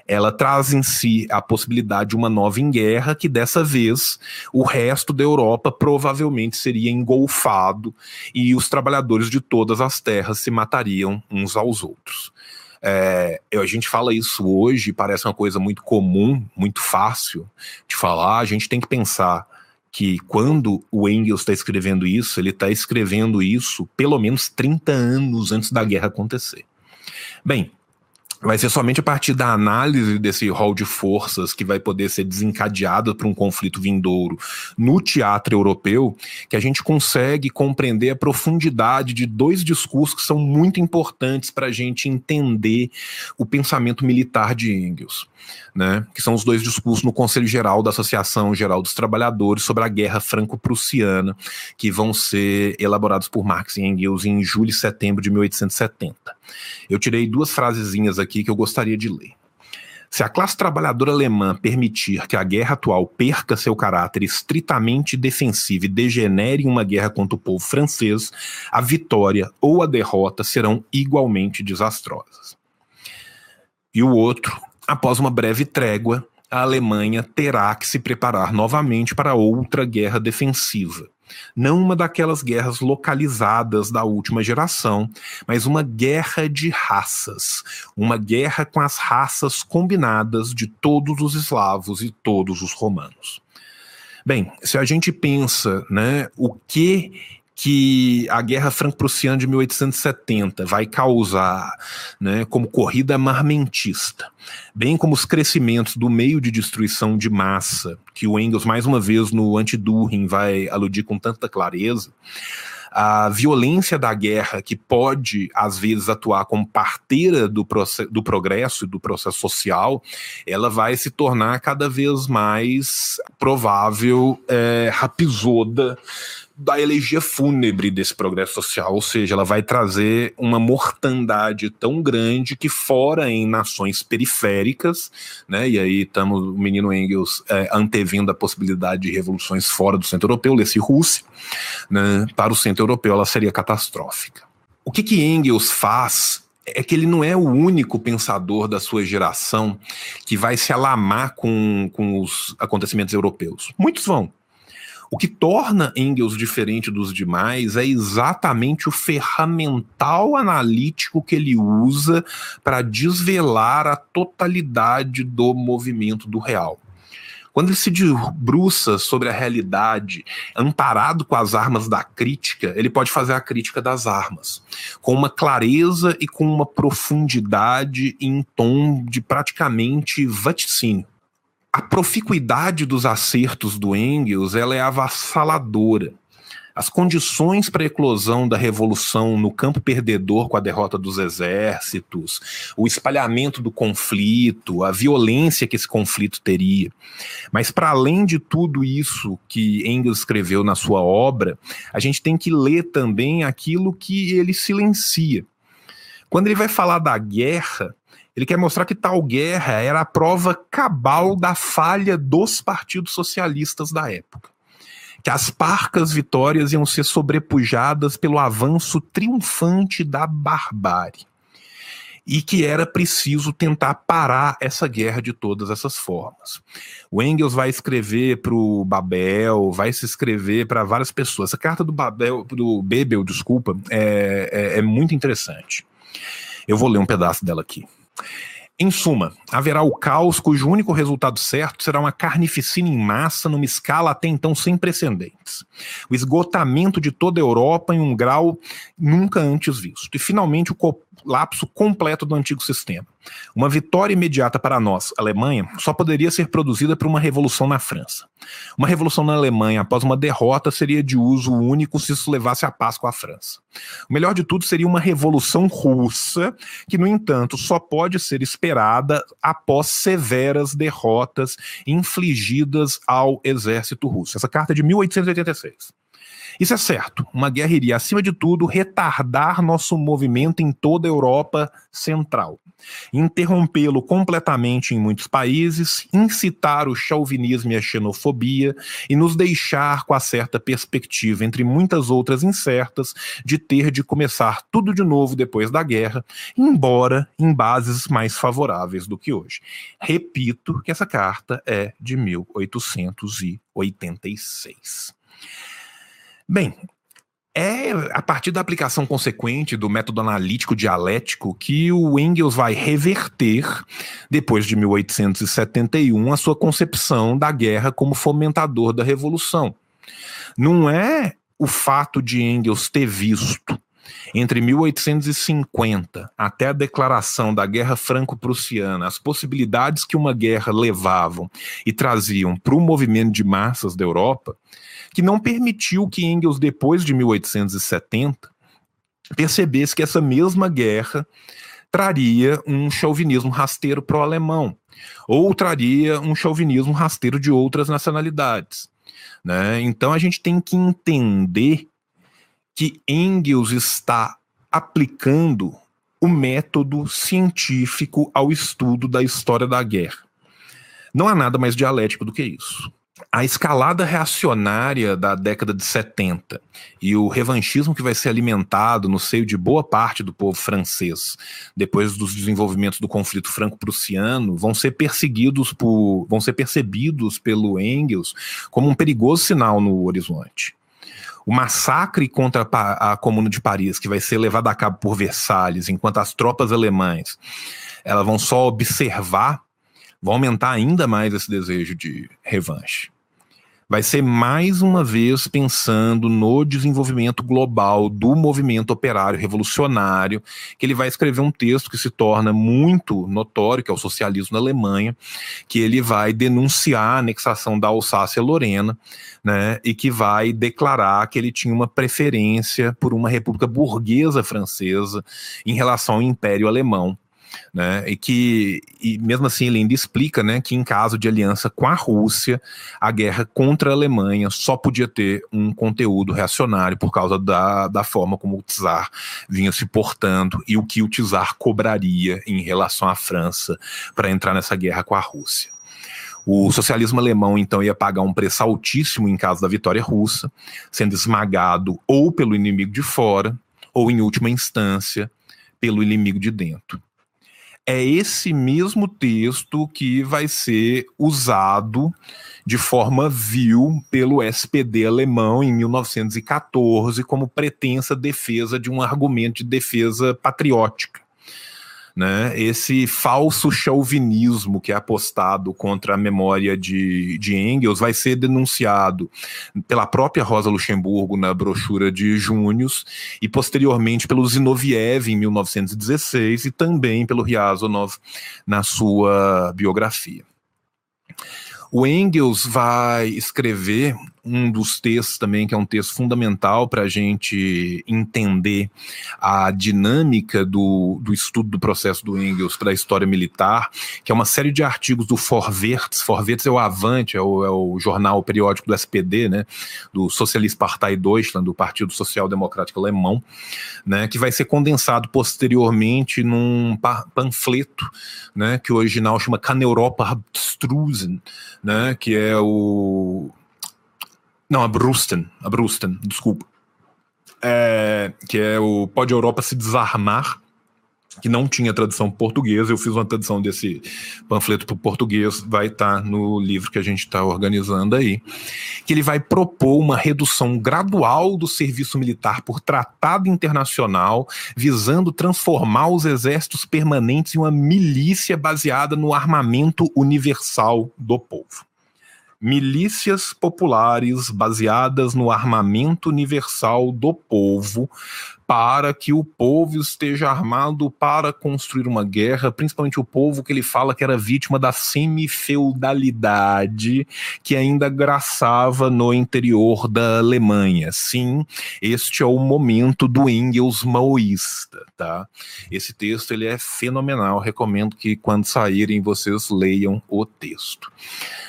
ela traz em si a possibilidade de uma nova guerra, que dessa vez o resto da Europa provavelmente seria engolfado e os trabalhadores de todas as terras se matariam uns aos outros. A gente fala isso hoje, parece uma coisa muito comum, muito fácil de falar. A gente tem que pensar que quando o Engels está escrevendo isso, ele está escrevendo isso pelo menos 30 anos antes da guerra acontecer. Bem, vai ser somente a partir da análise desse rol de forças que vai poder ser desencadeada por um conflito vindouro no teatro europeu que a gente consegue compreender a profundidade de dois discursos que são muito importantes para a gente entender o pensamento militar de Engels, né? Que são os dois discursos no Conselho Geral da Associação Geral dos Trabalhadores sobre a Guerra Franco-Prussiana, que vão ser elaborados por Marx e Engels em julho e setembro de 1870. Eu tirei duas frasezinhas aqui que eu gostaria de ler. Se a classe trabalhadora alemã permitir que a guerra atual perca seu caráter estritamente defensivo e degenere em uma guerra contra o povo francês, a vitória ou a derrota serão igualmente desastrosas. E o outro: após uma breve trégua, a Alemanha terá que se preparar novamente para outra guerra defensiva. Não uma daquelas guerras localizadas da última geração, mas uma guerra de raças. Uma guerra com as raças combinadas de todos os eslavos e todos os romanos. Bem, se a gente pensa, né, o que a Guerra Franco-Prussiana de 1870 vai causar, né, como corrida armamentista, bem como os crescimentos do meio de destruição de massa, que o Engels, mais uma vez, no Anti-Düren, vai aludir com tanta clareza, a violência da guerra, que pode, às vezes, atuar como parteira do progresso e do processo social, ela vai se tornar cada vez mais provável rapisoda da elegia fúnebre desse progresso social, ou seja, ela vai trazer uma mortandade tão grande que fora em nações periféricas, né, e aí estamos, o menino Engels antevindo a possibilidade de revoluções fora do centro europeu, lê-se Rússia, né, para o centro europeu ela seria catastrófica. O que Engels faz é que ele não é o único pensador da sua geração que vai se alarmar com os acontecimentos europeus. Muitos vão. O que torna Engels diferente dos demais é exatamente o ferramental analítico que ele usa para desvelar a totalidade do movimento do real. Quando ele se debruça sobre a realidade, amparado com as armas da crítica, ele pode fazer a crítica das armas, com uma clareza e com uma profundidade em tom de praticamente vaticínio. A proficuidade dos acertos do Engels, ela é avassaladora. As condições para a eclosão da revolução no campo perdedor com a derrota dos exércitos, o espalhamento do conflito, a violência que esse conflito teria. Mas para além de tudo isso que Engels escreveu na sua obra, a gente tem que ler também aquilo que ele silencia. Quando ele vai falar da guerra, ele quer mostrar que tal guerra era a prova cabal da falha dos partidos socialistas da época. Que as parcas vitórias iam ser sobrepujadas pelo avanço triunfante da barbárie. E que era preciso tentar parar essa guerra de todas essas formas. O Engels vai escrever para o Babel, vai se escrever para várias pessoas. Essa carta do Bebel, é muito interessante. Eu vou ler um pedaço dela aqui. Em suma, haverá o caos cujo único resultado certo será uma carnificina em massa numa escala até então sem precedentes. O esgotamento de toda a Europa em um grau nunca antes visto. E, finalmente, o colapso completo do antigo sistema. Uma vitória imediata para nós, Alemanha, só poderia ser produzida por uma revolução na França. Uma revolução na Alemanha após uma derrota seria de uso único se isso levasse a paz com a França. O melhor de tudo seria uma revolução russa, que, no entanto, só pode ser esperada após severas derrotas infligidas ao exército russo. Essa carta é de 1886. Isso é certo, uma guerra iria, acima de tudo, retardar nosso movimento em toda a Europa Central, interrompê-lo completamente em muitos países, incitar o chauvinismo e a xenofobia e nos deixar com a certa perspectiva, entre muitas outras incertas, de ter de começar tudo de novo depois da guerra, embora em bases mais favoráveis do que hoje. Repito que essa carta é de 1886. Bem, é a partir da aplicação consequente do método analítico dialético que o Engels vai reverter, depois de 1871, a sua concepção da guerra como fomentador da revolução. Não é o fato de Engels ter visto, entre 1850 até a declaração da Guerra Franco-Prussiana, as possibilidades que uma guerra levavam e traziam para o movimento de massas da Europa, que não permitiu que Engels, depois de 1870, percebesse que essa mesma guerra traria um chauvinismo rasteiro pró-alemão, ou traria um chauvinismo rasteiro de outras nacionalidades, né? Então a gente tem que entender que Engels está aplicando o método científico ao estudo da história da guerra. Não há nada mais dialético do que isso. A escalada reacionária da década de 70 e o revanchismo que vai ser alimentado no seio de boa parte do povo francês depois dos desenvolvimentos do conflito franco-prussiano vão ser percebidos pelo Engels como um perigoso sinal no horizonte. O massacre contra a Comuna de Paris, que vai ser levado a cabo por Versalhes, enquanto as tropas alemãs elas vão só observar, vão aumentar ainda mais esse desejo de revanche. Vai ser mais uma vez pensando no desenvolvimento global do movimento operário revolucionário que ele vai escrever um texto que se torna muito notório, que é o Socialismo na Alemanha, que ele vai denunciar a anexação da Alsácia-Lorena, né, e que vai declarar que ele tinha uma preferência por uma república burguesa francesa em relação ao Império Alemão. Né, e mesmo assim ele ainda explica, né, que em caso de aliança com a Rússia, a guerra contra a Alemanha só podia ter um conteúdo reacionário por causa da forma como o czar vinha se portando e o que o czar cobraria em relação à França para entrar nessa guerra com a Rússia. O socialismo alemão, então, ia pagar um preço altíssimo em caso da vitória russa, sendo esmagado ou pelo inimigo de fora, ou, em última instância, pelo inimigo de dentro. É esse mesmo texto que vai ser usado de forma vil pelo SPD alemão em 1914 como pretensa defesa de um argumento de defesa patriótica. Né? Esse falso chauvinismo que é apostado contra a memória de Engels vai ser denunciado pela própria Rosa Luxemburgo na brochura de Június e posteriormente pelo Zinoviev em 1916 e também pelo Ryazanov na sua biografia. O Engels vai escrever um dos textos também, que é um texto fundamental para a gente entender a dinâmica do estudo do processo do Engels para a história militar, que é uma série de artigos do Vorwärts. Vorwärts é o Avante, é o jornal periódico do SPD, né, do Sozialistpartei Deutschland, do Partido Social Democrático Alemão, né, que vai ser condensado posteriormente num panfleto, né, que o original chama Kann Europa abstrusen, né, que é Abrüsten, desculpa. Que é o Pode a Europa se desarmar, que não tinha tradução portuguesa. Eu fiz uma tradução desse panfleto para o português, vai estar no livro que a gente está organizando aí, que ele vai propor uma redução gradual do serviço militar por tratado internacional, visando transformar os exércitos permanentes em uma milícia baseada no armamento universal do povo. Milícias populares baseadas no armamento universal do povo, para que o povo esteja armado para construir uma guerra, principalmente o povo que ele fala que era vítima da semifeudalidade que ainda graçava no interior da Alemanha. Sim, este é o momento do Engels maoísta, tá? Esse texto ele é fenomenal, recomendo que quando saírem vocês leiam o texto.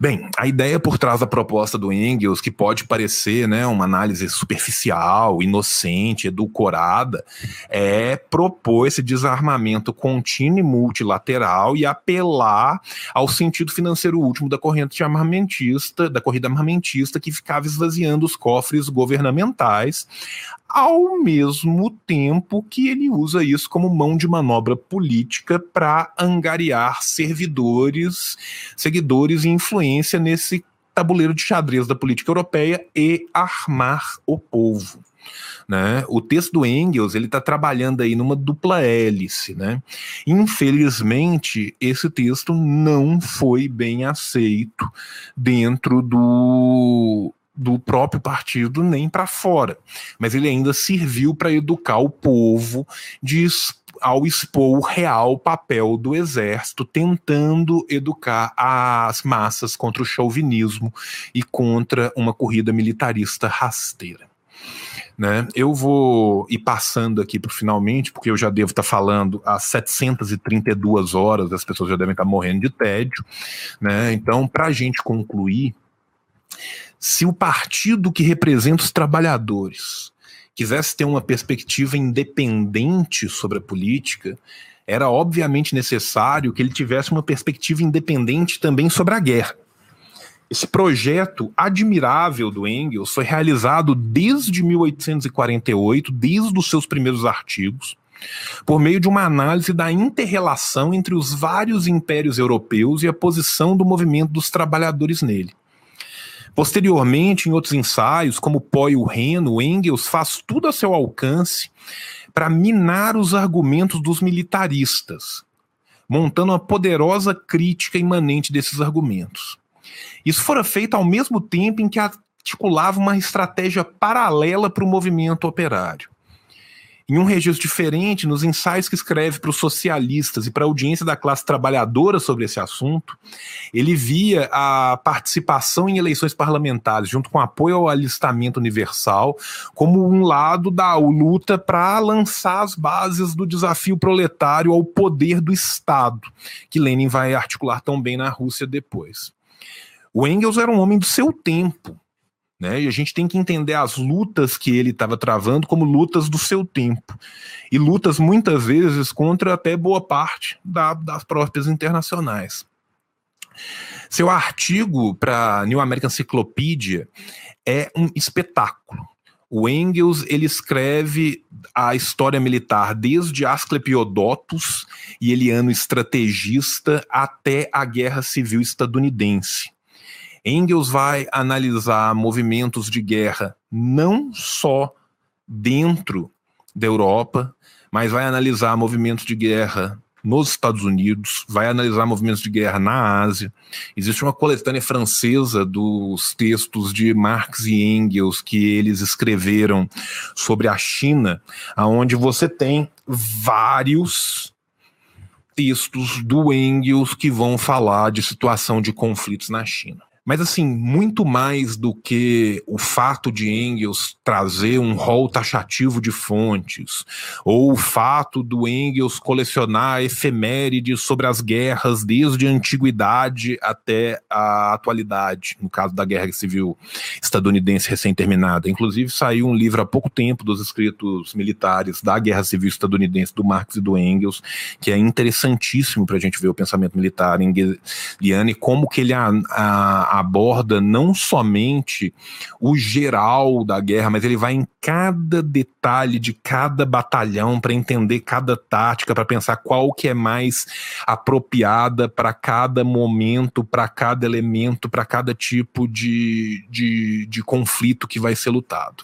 Bem, a ideia por trás da proposta do Engels, que pode parecer, né, uma análise superficial, inocente, edulcorada, é propor esse desarmamento contínuo e multilateral e apelar ao sentido financeiro último da corrente armamentista, da corrida armamentista, que ficava esvaziando os cofres governamentais, ao mesmo tempo que ele usa isso como mão de manobra política para angariar seguidores e influência nesse tabuleiro de xadrez da política europeia e armar o povo. Né? O texto do Engels ele está trabalhando aí numa dupla hélice, né? Infelizmente, esse texto não foi bem aceito dentro do próprio partido nem para fora, mas ele ainda serviu para educar o povo ao expor o real papel do exército, tentando educar as massas contra o chauvinismo e contra uma corrida militarista rasteira. Né? Eu vou ir passando aqui para finalmente, porque eu já devo estar falando há 732 horas, as pessoas já devem estar morrendo de tédio, né? Então, para a gente concluir, se o partido que representa os trabalhadores quisesse ter uma perspectiva independente sobre a política, era obviamente necessário que ele tivesse uma perspectiva independente também sobre a guerra. Esse projeto admirável do Engels foi realizado desde 1848, desde os seus primeiros artigos, por meio de uma análise da inter-relação entre os vários impérios europeus e a posição do movimento dos trabalhadores nele. Posteriormente, em outros ensaios, como Pó e o Reno, Engels faz tudo a seu alcance para minar os argumentos dos militaristas, montando uma poderosa crítica imanente desses argumentos. Isso fora feito ao mesmo tempo em que articulava uma estratégia paralela para o movimento operário. Em um registro diferente, nos ensaios que escreve para os socialistas e para a audiência da classe trabalhadora sobre esse assunto, ele via a participação em eleições parlamentares, junto com apoio ao alistamento universal, como um lado da luta para lançar as bases do desafio proletário ao poder do Estado, que Lenin vai articular tão bem na Rússia depois. O Engels era um homem do seu tempo, né? E a gente tem que entender as lutas que ele estava travando como lutas do seu tempo. E lutas, muitas vezes, contra até boa parte das próprias internacionais. Seu artigo para New American Encyclopedia é um espetáculo. O Engels ele escreve a história militar desde Asclepiodotus e Eliano Estrategista até a Guerra Civil Estadunidense. Engels vai analisar movimentos de guerra não só dentro da Europa, mas vai analisar movimentos de guerra nos Estados Unidos, vai analisar movimentos de guerra na Ásia. Existe uma coletânea francesa dos textos de Marx e Engels que eles escreveram sobre a China, onde você tem vários textos do Engels que vão falar de situação de conflitos na China. Mas assim, muito mais do que o fato de Engels trazer um rol taxativo de fontes, ou o fato do Engels colecionar efemérides sobre as guerras desde a antiguidade até a atualidade, no caso da Guerra Civil Estadunidense recém-terminada. Inclusive saiu um livro há pouco tempo dos escritos militares da Guerra Civil Estadunidense do Marx e do Engels, que é interessantíssimo para a gente ver o pensamento militar engeliano e como que ele aborda não somente o geral da guerra, mas ele vai em cada detalhe de cada batalhão para entender cada tática, para pensar qual que é mais apropriada para cada momento, para cada elemento, para cada tipo de conflito que vai ser lutado.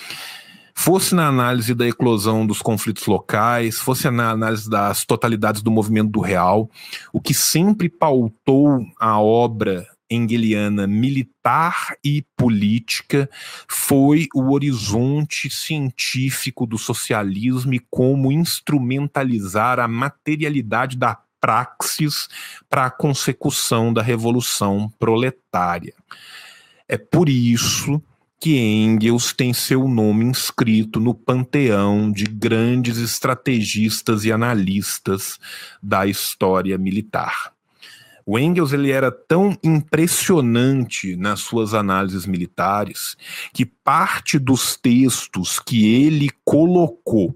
Fosse na análise da eclosão dos conflitos locais, fosse na análise das totalidades do movimento do real, o que sempre pautou a obra engeliana militar e política foi o horizonte científico do socialismo e como instrumentalizar a materialidade da praxis para a consecução da revolução proletária. É por isso que Engels tem seu nome inscrito no panteão de grandes estrategistas e analistas da história militar. O Engels ele era tão impressionante nas suas análises militares que parte dos textos que ele colocou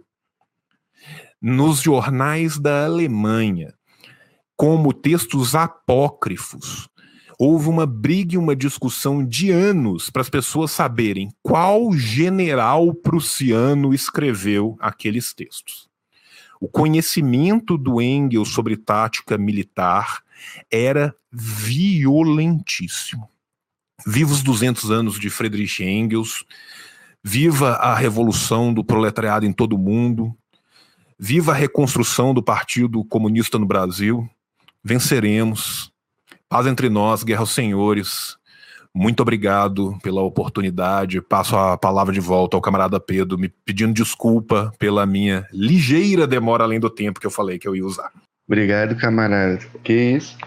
nos jornais da Alemanha como textos apócrifos, houve uma briga e uma discussão de anos para as pessoas saberem qual general prussiano escreveu aqueles textos. O conhecimento do Engels sobre tática militar era violentíssimo. Viva os 200 anos de Friedrich Engels, viva a revolução do proletariado em todo o mundo, viva a reconstrução do Partido Comunista no Brasil, venceremos, paz entre nós, guerra aos senhores. Muito obrigado pela oportunidade. Passo a palavra de volta ao camarada Pedro, me pedindo desculpa pela minha ligeira demora além do tempo que eu falei que eu ia usar. Obrigado, camarada. Que isso?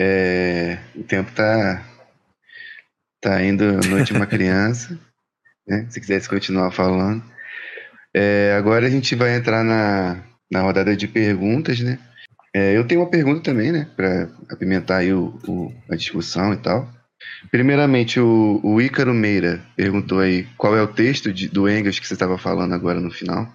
O tempo tá indo noite de uma criança, né? Se quisesse continuar falando. Agora a gente vai entrar na rodada de perguntas, né? Eu tenho uma pergunta também, né? Para apimentar aí a discussão e tal. Primeiramente, o Ícaro Meira perguntou aí qual é o texto do Engels que você estava falando agora no final.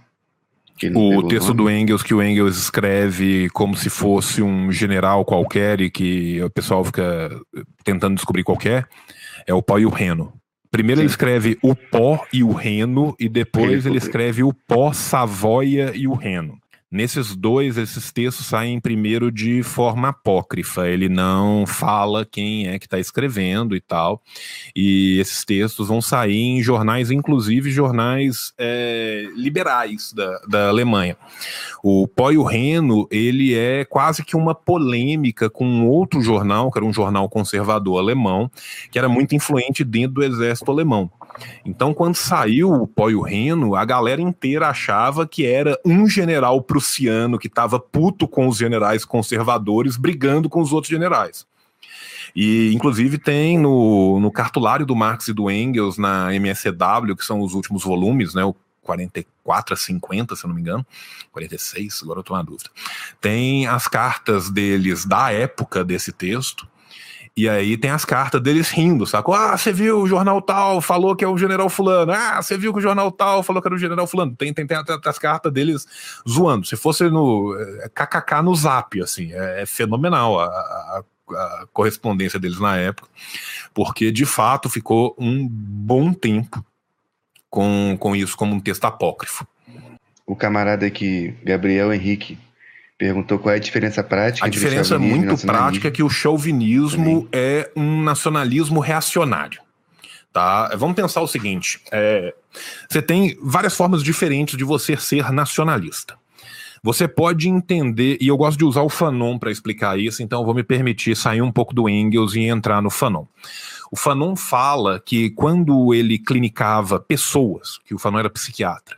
O texto do Engels, que o Engels escreve como se fosse um general qualquer e que o pessoal fica tentando descobrir qualquer, é o Pó e o Reno. Primeiro Sim. Ele escreve o Pó e o Reno e depois ele escreve o Pó, Savoia e o Reno. Nesses dois, esses textos saem primeiro de forma apócrifa, ele não fala quem é que está escrevendo e tal, e esses textos vão sair em jornais, inclusive jornais liberais da Alemanha. O Pó e o Reno, ele é quase que uma polêmica com um outro jornal, que era um jornal conservador alemão, que era muito influente dentro do exército alemão. Então, quando saiu o Pó e o Reno, a galera inteira achava que era um general prussiano que estava puto com os generais conservadores, brigando com os outros generais. E, inclusive, tem no cartulário do Marx e do Engels, na MSW, que são os últimos volumes, né, o 44 a 50, se eu não me engano, 46, agora eu estou na dúvida. Tem as cartas deles da época desse texto, e aí tem as cartas deles rindo, sacou? Ah, você viu o jornal tal, falou que é o general fulano. Ah, você viu que o jornal tal falou que era o general fulano. Tem as cartas deles zoando. Se fosse no KKK no Zap, assim, é fenomenal a correspondência deles na época, porque de fato ficou um bom tempo com isso como um texto apócrifo. O camarada aqui, Gabriel Henrique, perguntou qual é a diferença prática. A diferença muito prática é que o chauvinismo é um nacionalismo reacionário. Tá? Vamos pensar o seguinte, você tem várias formas diferentes de você ser nacionalista. Você pode entender, e eu gosto de usar o Fanon para explicar isso, então eu vou me permitir sair um pouco do Engels e entrar no Fanon. O Fanon fala que quando ele clinicava pessoas, que o Fanon era psiquiatra,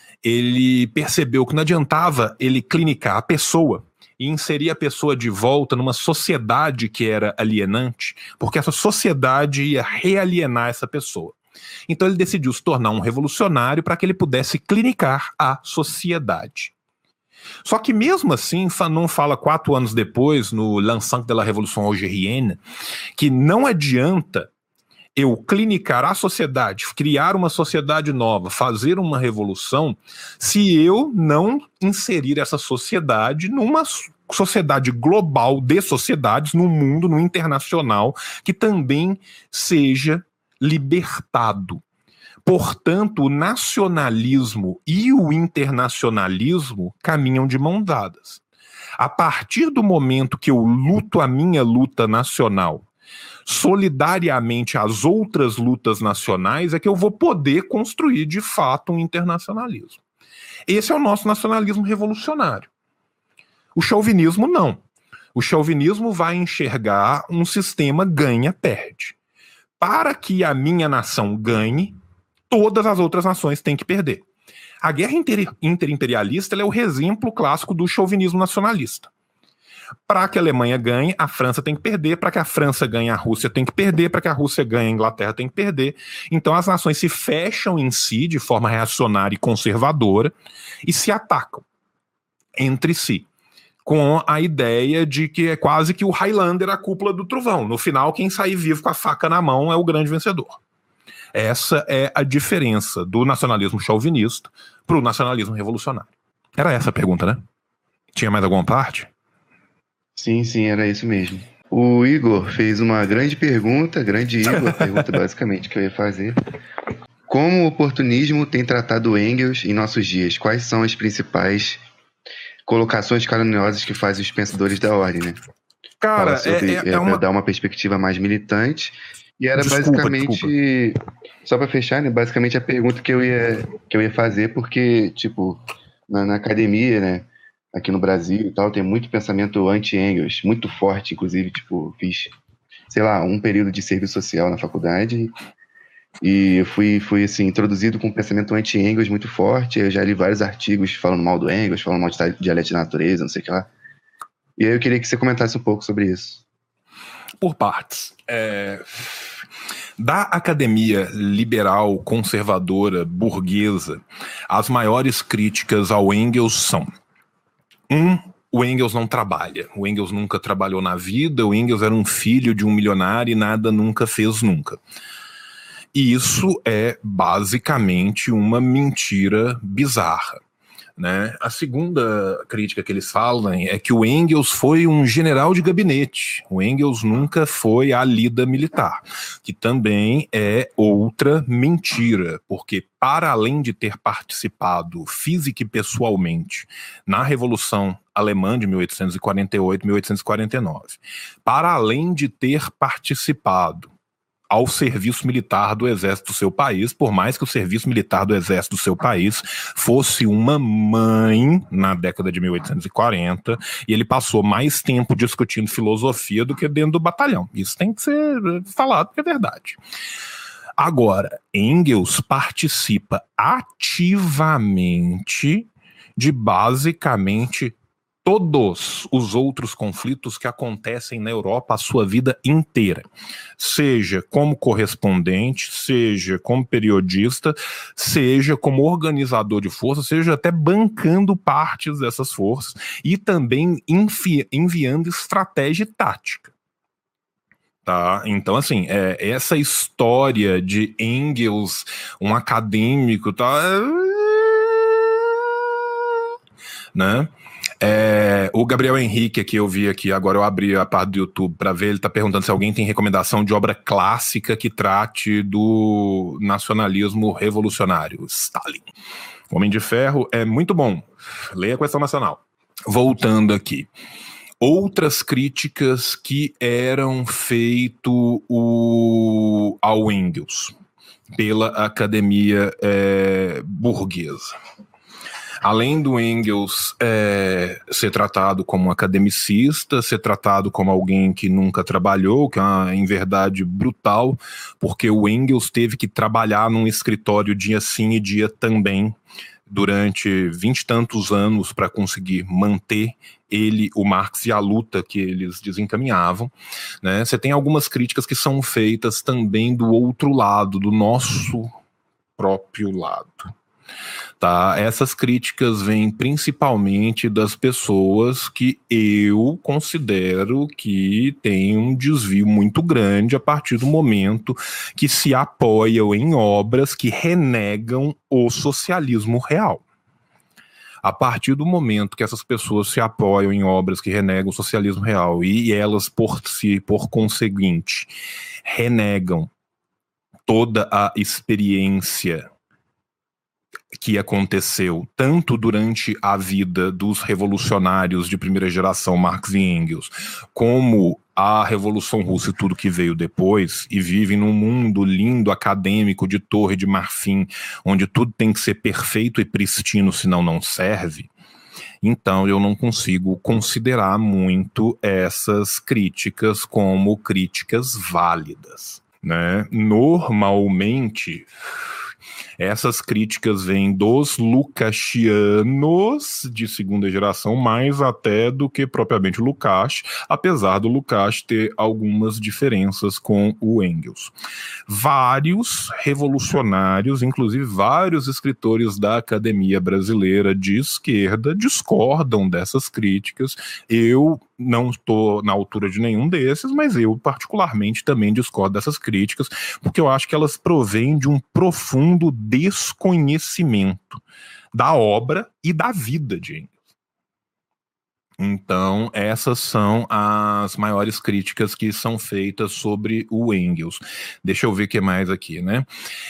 ele percebeu que não adiantava ele clinicar a pessoa e inserir a pessoa de volta numa sociedade que era alienante, porque essa sociedade ia realienar essa pessoa. Então ele decidiu se tornar um revolucionário para que ele pudesse clinicar a sociedade. Só que mesmo assim, Fanon fala 4 anos depois, no L'Ensemble de la Révolution algérienne, que não adianta eu clinicar a sociedade, criar uma sociedade nova, fazer uma revolução, se eu não inserir essa sociedade numa sociedade global de sociedades, no mundo, no internacional, que também seja libertado. Portanto, o nacionalismo e o internacionalismo caminham de mãos dadas. A partir do momento que eu luto a minha luta nacional, solidariamente às outras lutas nacionais, é que eu vou poder construir de fato um internacionalismo. Esse é o nosso nacionalismo revolucionário. O chauvinismo não. O chauvinismo vai enxergar um sistema ganha-perde. Para que a minha nação ganhe, todas as outras nações têm que perder. A guerra interimperialista ela é o exemplo clássico do chauvinismo nacionalista. Para que a Alemanha ganhe, a França tem que perder. Para que a França ganhe, a Rússia tem que perder. Para que a Rússia ganhe, a Inglaterra tem que perder. Então as nações se fecham em si de forma reacionária e conservadora e se atacam entre si. com a ideia de que é quase que o Highlander a cúpula do trovão. No final, quem sair vivo com a faca na mão é o grande vencedor. Essa é a diferença do nacionalismo chauvinista para o nacionalismo revolucionário. Era essa a pergunta, né? Tinha mais alguma parte? Sim, era isso mesmo. O Igor fez uma grande pergunta, a pergunta basicamente que eu ia fazer. Como o oportunismo tem tratado Engels em nossos dias? Quais são as principais colocações caluniosas que fazem os pensadores da ordem, né? Cara, para dar uma perspectiva mais militante. E era desculpa. Só para fechar, né? Basicamente a pergunta que eu ia fazer, porque, tipo, na academia, né? Aqui no Brasil e tal, tem muito pensamento anti-Engels, muito forte, inclusive, tipo, fiz, sei lá, um período de serviço social na faculdade e fui assim, introduzido com um pensamento anti-Engels muito forte. Eu já li vários artigos falando mal do Engels, falando mal de dialética da natureza, não sei o que lá. E aí eu queria que você comentasse um pouco sobre isso. Por partes. Da academia liberal, conservadora, burguesa, as maiores críticas ao Engels são: o Engels não trabalha. O Engels nunca trabalhou na vida, o Engels era um filho de um milionário e nada nunca fez nunca. E isso é basicamente uma mentira bizarra, né? A segunda crítica que eles falam é que o Engels foi um general de gabinete. O Engels nunca foi a lida militar, que também é outra mentira, porque para além de ter participado física e pessoalmente na Revolução Alemã de 1848-1849, para além de ter participado ao serviço militar do exército do seu país, por mais que o serviço militar do exército do seu país fosse uma mãe na década de 1840, e ele passou mais tempo discutindo filosofia do que dentro do batalhão. Isso tem que ser falado, porque é verdade. Agora, Engels participa ativamente de basicamente todos os outros conflitos que acontecem na Europa a sua vida inteira, seja como correspondente, seja como periodista, seja como organizador de forças, seja até bancando partes dessas forças e também enviando estratégia e tática. Tá? Então, assim, essa história de Engels, um acadêmico, tá, né? O Gabriel Henrique aqui, eu vi aqui, agora eu abri a parte do YouTube para ver, ele tá perguntando se alguém tem recomendação de obra clássica que trate do nacionalismo revolucionário. Stalin. Homem de Ferro é muito bom. Leia a Questão Nacional. Voltando aqui. Outras críticas que eram feitas ao Engels pela academia burguesa. Além do Engels ser tratado como um academicista, ser tratado como alguém que nunca trabalhou, que é em verdade brutal, porque o Engels teve que trabalhar num escritório dia sim e dia também, durante 20 e tantos anos para conseguir manter ele, o Marx e a luta que eles desencaminhavam, né? Você tem algumas críticas que são feitas também do outro lado, do nosso próprio lado. Tá? Essas críticas vêm principalmente das pessoas que eu considero que tem um desvio muito grande a partir do momento que se apoiam em obras que renegam o socialismo real. A partir do momento que essas pessoas se apoiam em obras que renegam o socialismo real e elas, por conseguinte, renegam toda a experiência que aconteceu tanto durante a vida dos revolucionários de primeira geração, Marx e Engels, como a Revolução Russa e tudo que veio depois, e vivem num mundo lindo, acadêmico, de torre de marfim, onde tudo tem que ser perfeito e pristino, senão não serve. Então eu não consigo considerar muito essas críticas como críticas válidas, né? Normalmente Essas críticas vêm dos Lukácsianos de segunda geração, mais até do que propriamente Lukács, apesar do Lukács ter algumas diferenças com o Engels. Vários revolucionários, inclusive vários escritores da academia brasileira de esquerda, discordam dessas críticas. Eu não estou na altura de nenhum desses, mas eu particularmente também discordo dessas críticas, porque eu acho que elas provêm de um profundo desconhecimento da obra e da vida de Engels. Então, essas são as maiores críticas que são feitas sobre o Engels. Deixa eu ver o que mais aqui, né?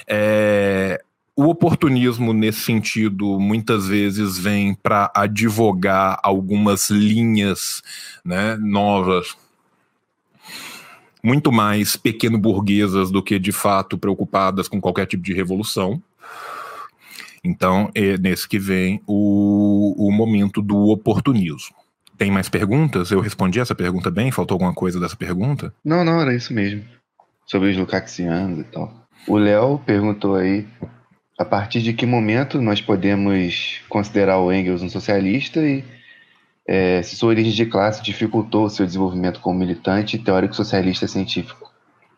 O oportunismo, nesse sentido, muitas vezes vem para advogar algumas linhas, né, novas, muito mais pequeno-burguesas do que, de fato, preocupadas com qualquer tipo de revolução. Então, é nesse que vem o momento do oportunismo. Tem mais perguntas? Eu respondi essa pergunta bem? Faltou alguma coisa dessa pergunta? Não, era isso mesmo. Sobre os lukácsianos e tal. O Léo perguntou aí a partir de que momento nós podemos considerar o Engels um socialista e se sua origem de classe dificultou o seu desenvolvimento como militante e teórico socialista científico.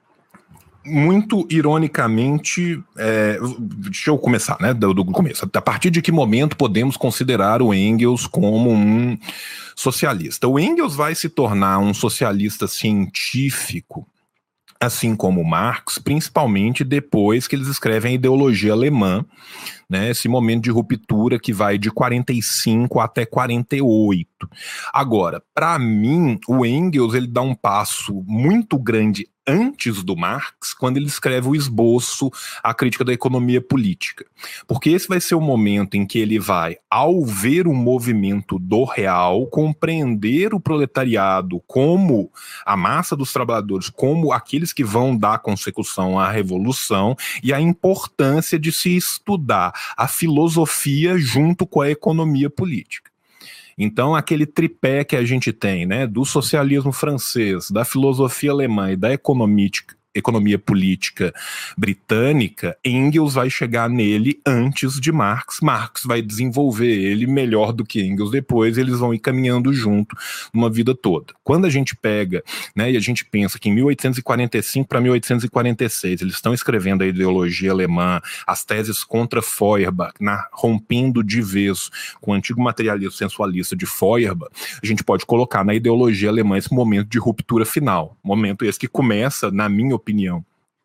Muito ironicamente, deixa eu começar, né, do começo. A partir de que momento podemos considerar o Engels como um socialista? O Engels vai se tornar um socialista científico, assim como Marx, principalmente depois que eles escrevem a ideologia alemã, né, esse momento de ruptura que vai de 45 até 48. Agora, para mim, o Engels ele dá um passo muito grande antes do Marx, quando ele escreve o esboço, a crítica da economia política. Porque esse vai ser o momento em que ele vai, ao ver o movimento do real, compreender o proletariado como a massa dos trabalhadores, como aqueles que vão dar consecução à revolução, e a importância de se estudar a filosofia junto com a economia política. Então, aquele tripé que a gente tem, né, do socialismo francês, da filosofia alemã e da economia política britânica, Engels vai chegar nele antes de Marx. Marx vai desenvolver ele melhor do que Engels depois, eles vão ir caminhando junto uma vida toda. Quando a gente pega, né, e a gente pensa que em 1845 para 1846 eles estão escrevendo a ideologia alemã, as teses contra Feuerbach, rompendo de vez com o antigo materialismo sensualista de Feuerbach, a gente pode colocar na ideologia alemã esse momento de ruptura final, momento esse que começa, na minha opinião,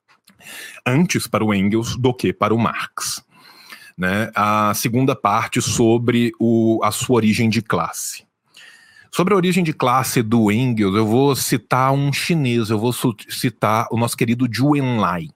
antes para o Engels do que para o Marx. Né? A segunda parte sobre a sua origem de classe. Sobre a origem de classe do Engels, eu vou citar um chinês, eu vou citar o nosso querido Zhou Enlai.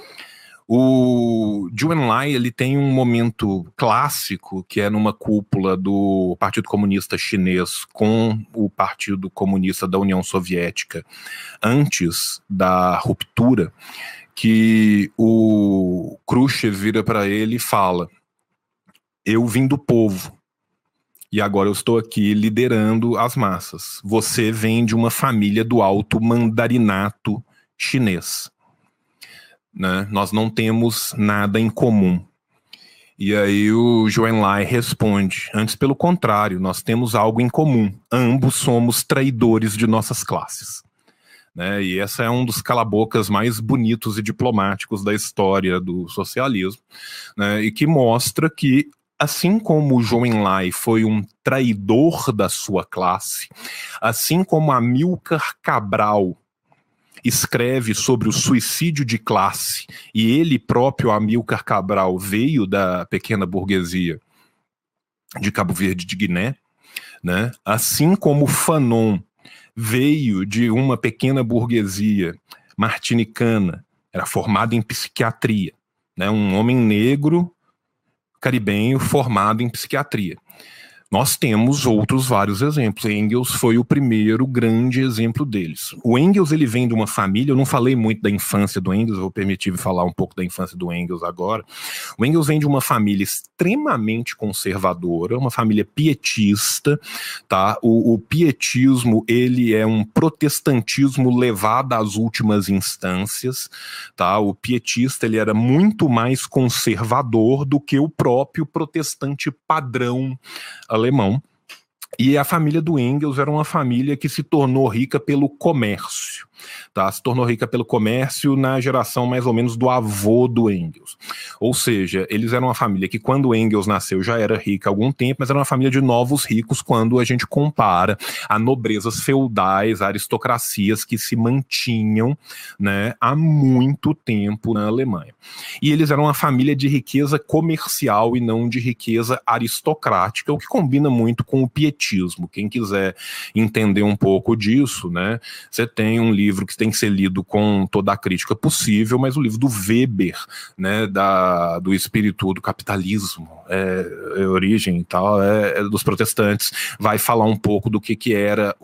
O Zhou Enlai, ele tem um momento clássico, que é numa cúpula do Partido Comunista Chinês com o Partido Comunista da União Soviética, antes da ruptura, que o Khrushchev vira para ele e fala: eu vim do povo, e agora eu estou aqui liderando as massas. Você vem de uma família do alto mandarinato chinês. Né? Nós não temos nada em comum. E aí o Zhou Enlai responde: antes, pelo contrário, nós temos algo em comum. Ambos somos traidores de nossas classes. Né? E esse é um dos calabocas mais bonitos e diplomáticos da história do socialismo, né? E que mostra que, assim como o Zhou Enlai foi um traidor da sua classe, assim como Amílcar Cabral escreve sobre o suicídio de classe, e ele próprio, Amílcar Cabral, veio da pequena burguesia de Cabo Verde de Guiné, né? Assim como Fanon veio de uma pequena burguesia martinicana, era formado em psiquiatria, né? Um homem negro caribenho formado em psiquiatria. Nós temos outros vários exemplos. Engels foi o primeiro grande exemplo deles. O Engels, ele vem de uma família, eu não falei muito da infância do Engels, vou permitir falar um pouco da infância do Engels agora. O Engels vem de uma família extremamente conservadora, uma família pietista, tá? O pietismo, ele é um protestantismo levado às últimas instâncias, tá? O pietista, ele era muito mais conservador do que o próprio protestante padrão alemão. E a família do Engels era uma família que se tornou rica pelo comércio, tá? Se tornou rica pelo comércio na geração mais ou menos do avô do Engels. Ou seja, eles eram uma família que quando o Engels nasceu já era rica há algum tempo, mas era uma família de novos ricos quando a gente compara a nobrezas feudais, a aristocracias que se mantinham, né, há muito tempo na Alemanha. E eles eram uma família de riqueza comercial e não de riqueza aristocrática, o que combina muito com o pietismo. Quem quiser entender um pouco disso, né, você tem um livro que tem que ser lido com toda a crítica possível, mas o livro do Weber, né, do espírito do capitalismo, origem e tal, dos protestantes, vai falar um pouco do que era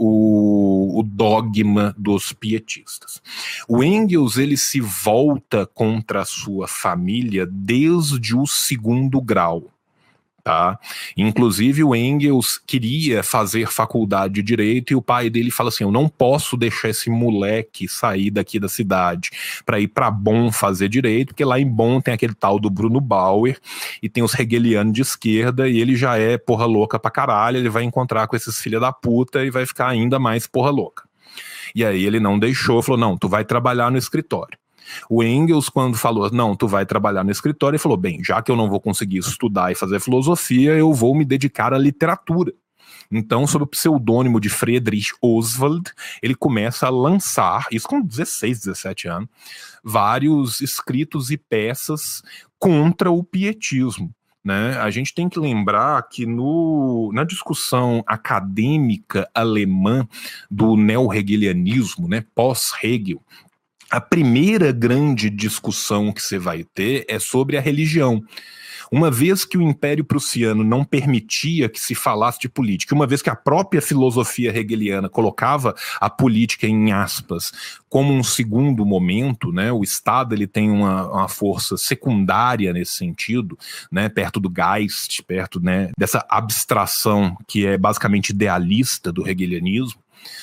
o dogma dos pietistas. O Engels, ele se volta contra a sua família desde o segundo grau. Tá? Inclusive o Engels queria fazer faculdade de Direito e o pai dele fala assim, eu não posso deixar esse moleque sair daqui da cidade para ir para Bonn fazer Direito, porque lá em Bonn tem aquele tal do Bruno Bauer e tem os hegelianos de esquerda e ele já é porra louca pra caralho, ele vai encontrar com esses filha da puta e vai ficar ainda mais porra louca. E aí ele não deixou, falou, não, tu vai trabalhar no escritório. O Engels, quando falou, não, tu vai trabalhar no escritório, ele falou, bem, já que eu não vou conseguir estudar e fazer filosofia, eu vou me dedicar à literatura. Então, sob o pseudônimo de Friedrich Oswald, ele começa a lançar, isso com 16, 17 anos, vários escritos e peças contra o pietismo. Né? A gente tem que lembrar que na discussão acadêmica alemã do neo-hegelianismo, né, pós-Hegel, a primeira grande discussão que você vai ter é sobre a religião. Uma vez que o Império Prussiano não permitia que se falasse de política, uma vez que a própria filosofia hegeliana colocava a política em aspas como um segundo momento, né? O Estado ele tem uma força secundária nesse sentido, né? Perto do Geist, perto, né, dessa abstração que é basicamente idealista do hegelianismo.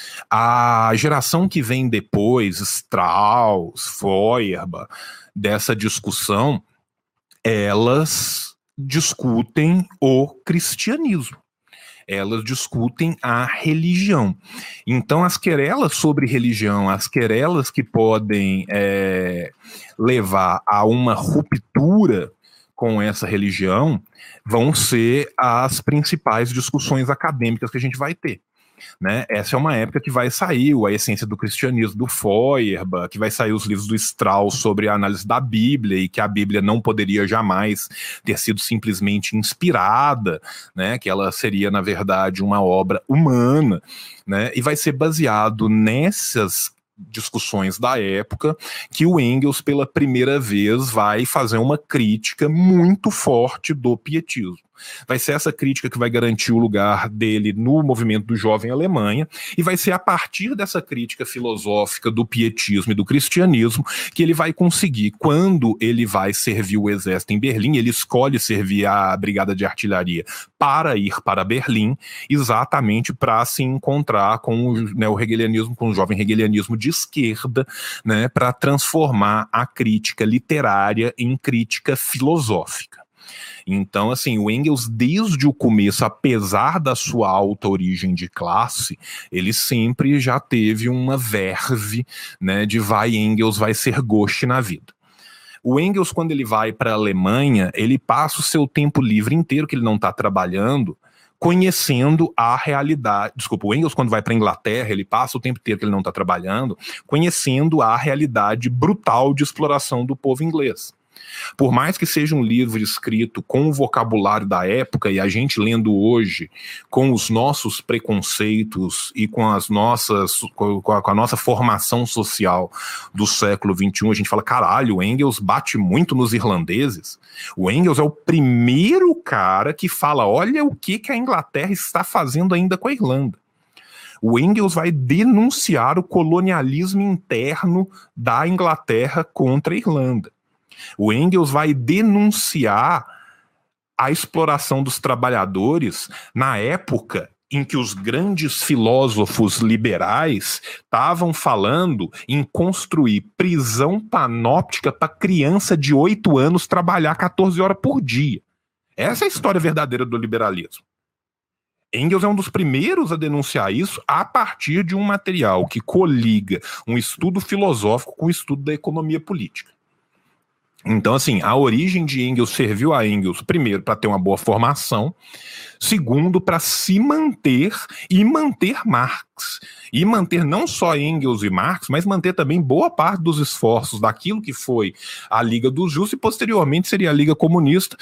A geração que vem depois, Strauss, Feuerbach, dessa discussão, elas discutem o cristianismo. Elas discutem a religião. Então, as querelas sobre religião, as querelas que podem levar a uma ruptura com essa religião, vão ser as principais discussões acadêmicas que a gente vai ter. Né? Essa é uma época que vai sair A Essência do Cristianismo do Feuerbach, que vai sair os livros do Strauss sobre a análise da Bíblia e que a Bíblia não poderia jamais ter sido simplesmente inspirada, né? Que ela seria, na verdade, uma obra humana, né? E vai ser baseado nessas discussões da época que o Engels, pela primeira vez, vai fazer uma crítica muito forte do pietismo. Vai ser essa crítica que vai garantir o lugar dele no movimento do jovem Alemanha, e vai ser a partir dessa crítica filosófica do pietismo e do cristianismo que ele vai conseguir, quando ele vai servir o exército em Berlim, ele escolhe servir a brigada de artilharia para ir para Berlim, exatamente para se encontrar com o hegelianismo, com o jovem hegelianismo de esquerda, né, para transformar a crítica literária em crítica filosófica. Então, assim, o Engels, desde o começo, apesar da sua alta origem de classe, ele sempre já teve uma verve, né, de vai Engels, vai ser Ghost na vida. O Engels, quando ele vai para a Alemanha, ele passa o seu tempo livre inteiro que ele não está trabalhando, conhecendo a realidade. Desculpa, o Engels, quando vai para a Inglaterra, ele passa o tempo inteiro que ele não está trabalhando, conhecendo a realidade brutal de exploração do povo inglês. Por mais que seja um livro escrito com o vocabulário da época e a gente lendo hoje com os nossos preconceitos e com a nossa formação social do século XXI, a gente fala, caralho, o Engels bate muito nos irlandeses. O Engels é o primeiro cara que fala, olha o que a Inglaterra está fazendo ainda com a Irlanda. O Engels vai denunciar o colonialismo interno da Inglaterra contra a Irlanda. O Engels vai denunciar a exploração dos trabalhadores na época em que os grandes filósofos liberais estavam falando em construir prisão panóptica para criança de 8 anos trabalhar 14 horas por dia. Essa é a história verdadeira do liberalismo. Engels é um dos primeiros a denunciar isso a partir de um material que coliga um estudo filosófico com o estudo da economia política. Então, assim, a origem de Engels serviu a Engels, primeiro, para ter uma boa formação, segundo, para se manter e manter Marx. E manter não só Engels e Marx, mas manter também boa parte dos esforços daquilo que foi a Liga dos Justos e posteriormente seria a Liga Comunista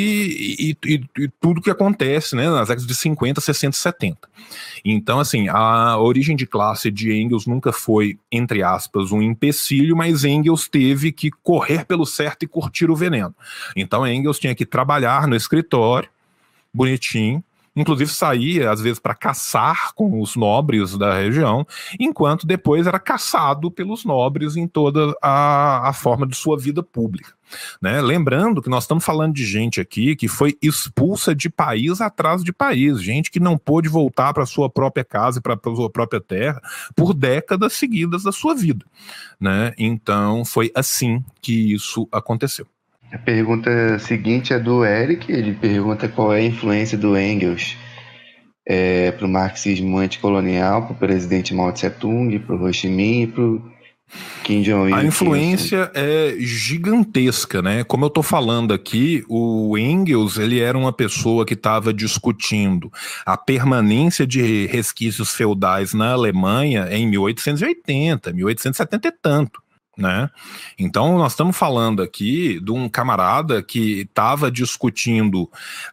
e tudo que acontece, né, nas décadas de 50, 60 e 70. Então, assim, a origem de classe de Engels nunca foi, entre aspas, um empecilho, mas Engels teve que correr pelo certo e curtir o veneno. Então, Engels tinha que trabalhar no escritório, bonitinho, inclusive saía, às vezes, para caçar com os nobres da região, enquanto depois era caçado pelos nobres em toda a forma de sua vida pública. Né? Lembrando que nós estamos falando de gente aqui que foi expulsa de país atrás de país, gente que não pôde voltar para sua própria casa e para sua própria terra por décadas seguidas da sua vida. Né? Então, foi assim que isso aconteceu. A pergunta seguinte é do Eric. Ele pergunta qual é a influência do Engels para o marxismo anticolonial, para o presidente Mao Tse-tung, para o Ho Chi Minh e para o Kim Jong-il. A influência é gigantesca, né? Como eu estou falando aqui, o Engels ele era uma pessoa que estava discutindo a permanência de resquícios feudais na Alemanha em 1880, 1870 e tanto. Né? Então nós estamos falando aqui de um camarada que estava discutindo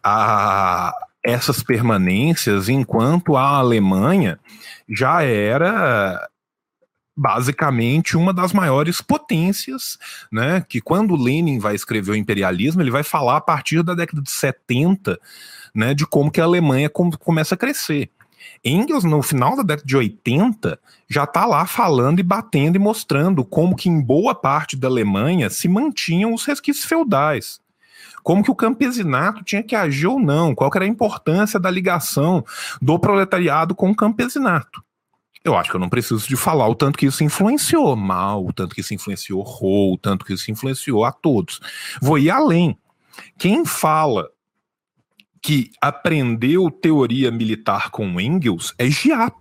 essas permanências enquanto a Alemanha já era basicamente uma das maiores potências, né? Que quando Lenin vai escrever o Imperialismo, ele vai falar a partir da década de 70, né, de como que a Alemanha começa a crescer. Engels, no final da década de 80, já está lá falando e batendo e mostrando como que em boa parte da Alemanha se mantinham os resquícios feudais. Como que o campesinato tinha que agir ou não, qual que era a importância da ligação do proletariado com o campesinato. Eu acho que eu não preciso de falar o tanto que isso influenciou Mao, o tanto que isso influenciou Ho, o tanto que isso influenciou a todos. Vou ir além. Quem fala que aprendeu teoria militar com Engels é Giap.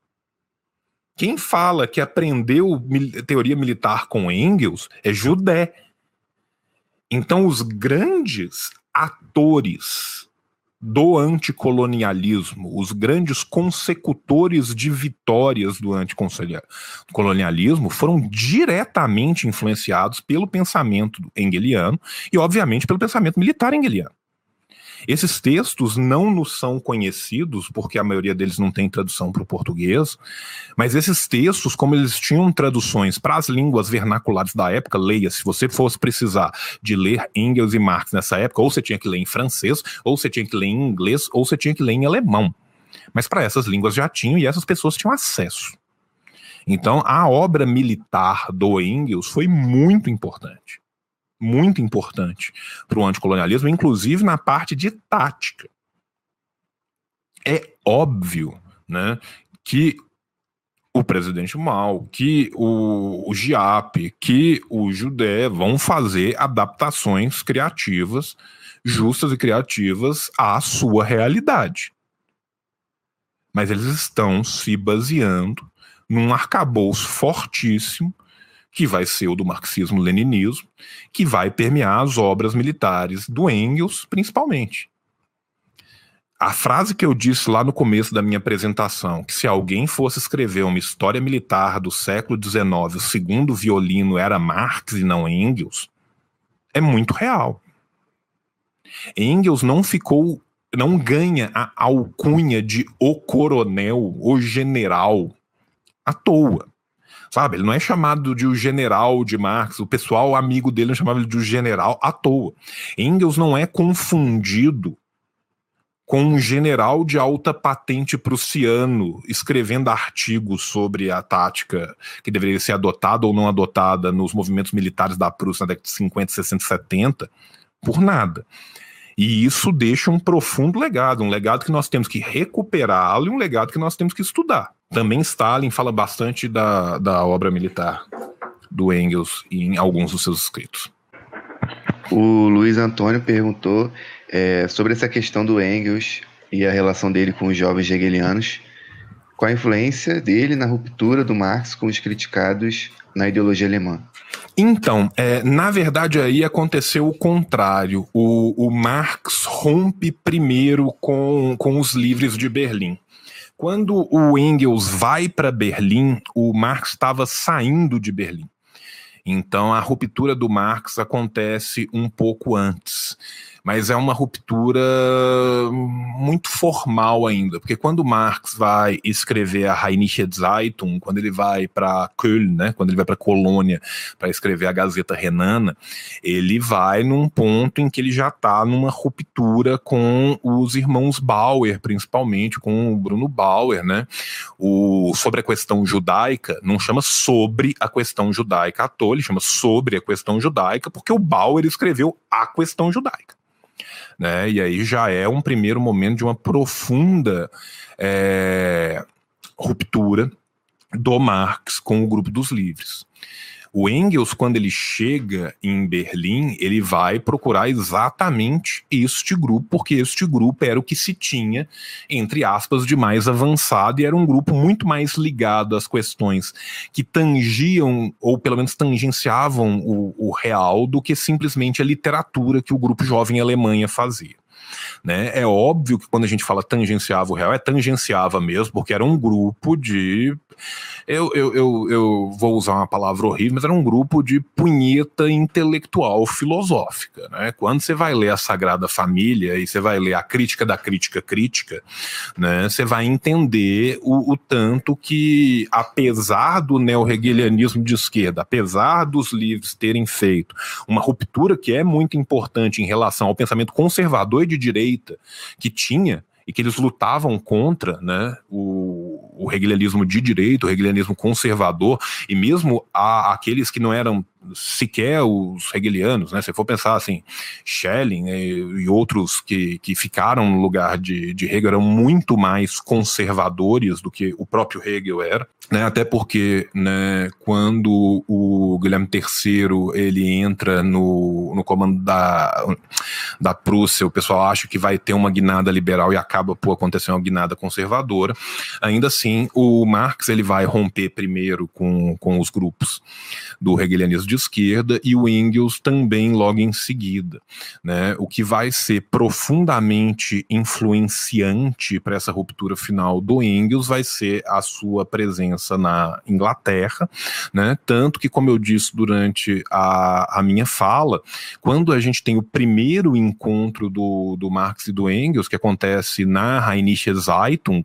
Quem fala que aprendeu teoria militar com Engels é Judé. Então, os grandes atores do anticolonialismo, os grandes consecutores de vitórias do anticolonialismo foram diretamente influenciados pelo pensamento engeliano e, obviamente, pelo pensamento militar engeliano. Esses textos não nos são conhecidos, porque a maioria deles não tem tradução para o português, mas esses textos, como eles tinham traduções para as línguas vernaculares da época, leia, se você fosse precisar de ler Engels e Marx nessa época, ou você tinha que ler em francês, ou você tinha que ler em inglês, ou você tinha que ler em alemão. Mas para essas línguas já tinham, e essas pessoas tinham acesso. Então, a obra militar do Engels foi muito importante para o anticolonialismo, inclusive na parte de tática. É óbvio, né, que o presidente Mao, que o Giap, que o Judé vão fazer adaptações criativas, justas e criativas à sua realidade. Mas eles estão se baseando num arcabouço fortíssimo que vai ser o do marxismo-leninismo, que vai permear as obras militares do Engels, principalmente. A frase que eu disse lá no começo da minha apresentação, que se alguém fosse escrever uma história militar do século XIX, o segundo violino era Marx e não Engels, é muito real. Engels não ganha a alcunha de o coronel, o general, à toa. Sabe, ele não é chamado de o general de Marx, o pessoal amigo dele não chamava ele de o general à toa. Engels não é confundido com um general de alta patente prussiano escrevendo artigos sobre a tática que deveria ser adotada ou não adotada nos movimentos militares da Prússia na década de 50, 60 e 70, por nada. E isso deixa um profundo legado, um legado que nós temos que recuperá-lo e um legado que nós temos que estudar. Também Stalin fala bastante da obra militar do Engels em alguns dos seus escritos. O Luiz Antônio perguntou sobre essa questão do Engels e a relação dele com os jovens hegelianos, qual a influência dele na ruptura do Marx com os criticados na ideologia alemã. Então, na verdade aí aconteceu o contrário. O Marx rompe primeiro com os livres de Berlim. Quando o Engels vai para Berlim, o Marx estava saindo de Berlim. Então a ruptura do Marx acontece um pouco antes. Mas é uma ruptura muito formal ainda, porque quando Marx vai escrever a Rheinische Zeitung, quando ele vai para Köln, né, quando ele vai para Colônia para escrever a Gazeta Renana, ele vai num ponto em que ele já está numa ruptura com os irmãos Bauer, principalmente com o Bruno Bauer, né? Sobre a questão judaica, não chama sobre a questão judaica à toa, ele chama sobre a questão judaica, porque o Bauer escreveu a questão judaica. Né? E aí já é um primeiro momento de uma profunda ruptura do Marx com o grupo dos livres. O Engels, quando ele chega em Berlim, ele vai procurar exatamente este grupo, porque este grupo era o que se tinha, entre aspas, de mais avançado, e era um grupo muito mais ligado às questões que tangiam, ou pelo menos tangenciavam o real, do que simplesmente a literatura que o grupo jovem Alemanha fazia. Né? É óbvio que quando a gente fala tangenciava o real, tangenciava mesmo, porque era um grupo de... Eu vou usar uma palavra horrível, mas era um grupo de punheta intelectual filosófica. Né? Quando você vai ler a Sagrada Família e você vai ler a Crítica da Crítica Crítica, né, você vai entender o tanto que, apesar do neo-hegelianismo de esquerda, apesar dos livros terem feito uma ruptura que é muito importante em relação ao pensamento conservador e de direita que tinha, e que eles lutavam contra, né, o hegelianismo de direita, o hegelianismo conservador, e mesmo aqueles que não eram sequer os hegelianos, né? Se for pensar assim, Schelling e outros que ficaram no lugar de Hegel eram muito mais conservadores do que o próprio Hegel era, né? Até porque, né, quando o Guilherme III ele entra no comando da Prússia, o pessoal acha que vai ter uma guinada liberal e acaba por acontecer uma guinada conservadora. Ainda assim, o Marx ele vai romper primeiro com os grupos do hegelianismo de esquerda e o Engels também logo em seguida, né? O que vai ser profundamente influenciante para essa ruptura final do Engels vai ser a sua presença na Inglaterra, né? Tanto que, como eu disse durante a minha fala, quando a gente tem o primeiro encontro do Marx e do Engels, que acontece na Rheinische Zeitung,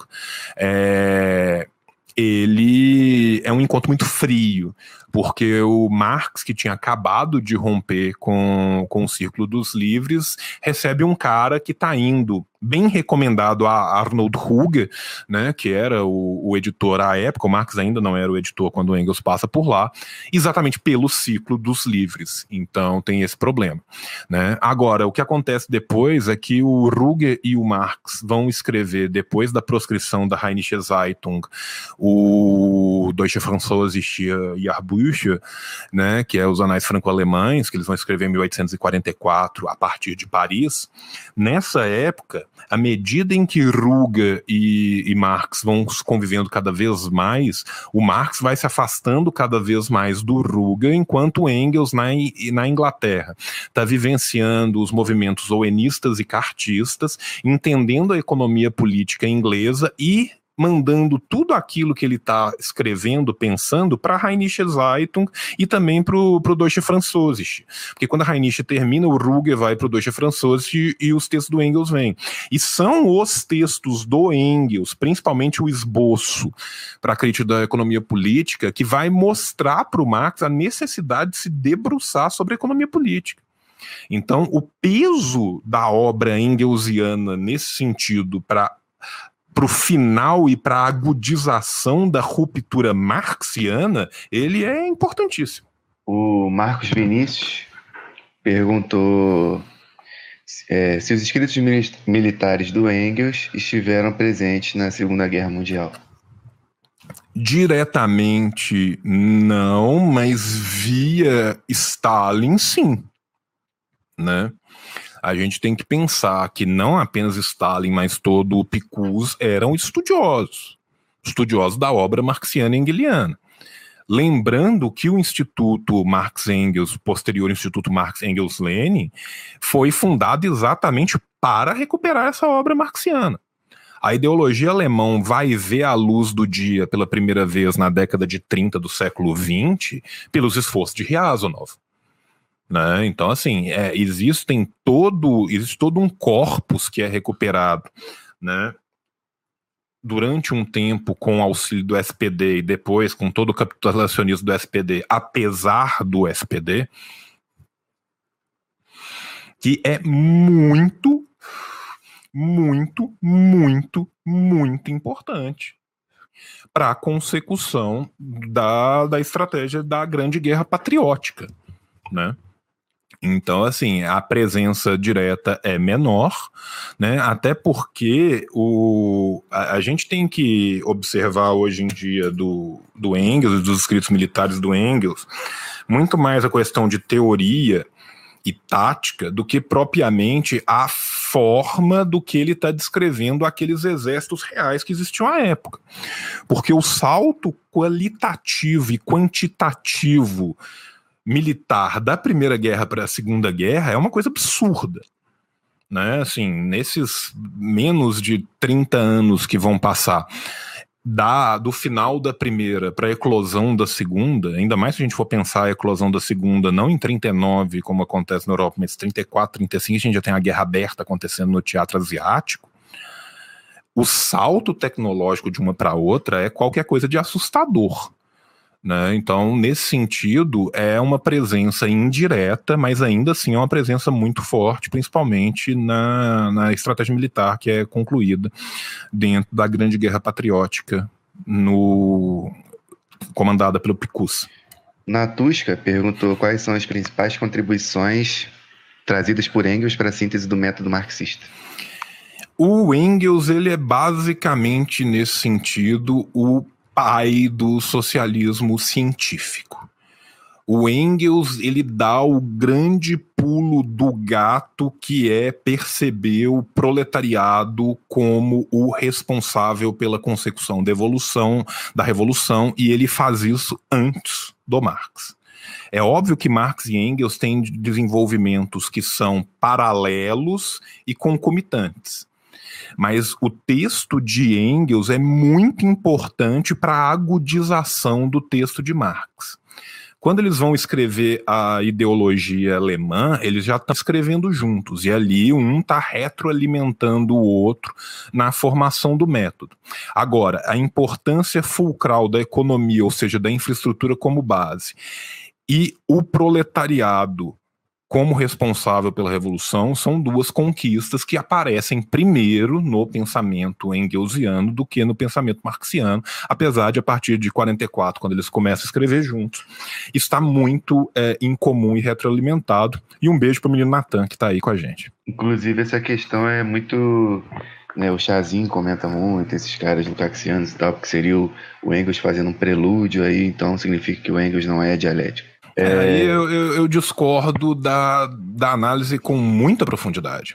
ele é um encontro muito frio, porque o Marx, que tinha acabado de romper com o Círculo dos Livres, recebe um cara que está indo, bem recomendado a Arnold Ruge, né, que era o editor à época, o Marx ainda não era o editor quando o Engels passa por lá, exatamente pelo Ciclo dos Livres. Então tem esse problema. Né? Agora, o que acontece depois é que o Ruge e o Marx vão escrever, depois da proscrição da Rheinische Zeitung, o Deutsche Französische Jahrbücher, né, que é os anais franco-alemães, que eles vão escrever em 1844 a partir de Paris. Nessa época, à medida em que Ruge e Marx vão convivendo cada vez mais, o Marx vai se afastando cada vez mais do Ruge, enquanto Engels, na Inglaterra, está vivenciando os movimentos ouenistas e cartistas, entendendo a economia política inglesa e mandando tudo aquilo que ele está escrevendo, pensando, para a Rheinische Zeitung e também para o Deutsche Französische. Porque quando a Rheinische termina, o Ruge vai para o Deutsche Französische e os textos do Engels vêm. E são os textos do Engels, principalmente o esboço para a crítica da economia política, que vai mostrar para o Marx a necessidade de se debruçar sobre a economia política. Então, o peso da obra engelsiana nesse sentido para o final e para a agudização da ruptura marxiana, ele é importantíssimo. O Marcos Vinícius perguntou se os escritos militares do Engels estiveram presentes na Segunda Guerra Mundial. Diretamente não, mas via Stalin sim, né? A gente tem que pensar que não apenas Stalin, mas todo o Picus eram estudiosos da obra marxiana e engeliana. Lembrando que o Instituto Marx-Engels, posterior Instituto Marx-Engels-Lenin, foi fundado exatamente para recuperar essa obra marxiana. A ideologia alemã vai ver a luz do dia pela primeira vez na década de 30 do século XX pelos esforços de Riazonov. Né? Então, assim, existe todo um corpus que é recuperado, né? Durante um tempo com o auxílio do SPD e depois com todo o capitulacionismo do SPD, apesar do SPD, que é muito, muito, muito, muito importante para a consecução da estratégia da Grande Guerra Patriótica, né? Então, assim, a presença direta é menor, né? Até porque a gente tem que observar hoje em dia do Engels, dos escritos militares do Engels, muito mais a questão de teoria e tática do que propriamente a forma do que ele está descrevendo aqueles exércitos reais que existiam à época. Porque o salto qualitativo e quantitativo militar da Primeira Guerra para a Segunda Guerra é uma coisa absurda, né? Assim, nesses menos de 30 anos que vão passar do final da Primeira para a eclosão da Segunda, ainda mais se a gente for pensar a eclosão da Segunda não em 39, como acontece na Europa, mas 34, 35, a gente já tem a guerra aberta acontecendo no teatro asiático. O salto tecnológico de uma para outra é qualquer coisa de assustador. Né? Então, nesse sentido, é uma presença indireta, mas ainda assim é uma presença muito forte, principalmente na estratégia militar que é concluída dentro da Grande Guerra Patriótica, comandada pelo Picus. Natushka perguntou quais são as principais contribuições trazidas por Engels para a síntese do método marxista. O Engels, ele é basicamente, nesse sentido, o pai do socialismo científico. O Engels, ele dá o grande pulo do gato que é perceber o proletariado como o responsável pela consecução da revolução, e ele faz isso antes do Marx. É óbvio que Marx e Engels têm desenvolvimentos que são paralelos e concomitantes. Mas o texto de Engels é muito importante para a agudização do texto de Marx. Quando eles vão escrever a ideologia alemã, eles já estão escrevendo juntos, e ali um está retroalimentando o outro na formação do método. Agora, a importância fulcral da economia, ou seja, da infraestrutura como base, e o proletariado como responsável pela revolução, são duas conquistas que aparecem primeiro no pensamento engelsiano do que no pensamento marxiano, apesar de, a partir de 44, quando eles começam a escrever juntos, está muito incomum e retroalimentado. E um beijo para o menino Natan, que está aí com a gente. Inclusive, essa questão é muito... Né, o Chazinho comenta muito, esses caras lukácsianos e tal, porque seria o Engels fazendo um prelúdio aí, então significa que o Engels não é dialético. Aí eu discordo da análise com muita profundidade.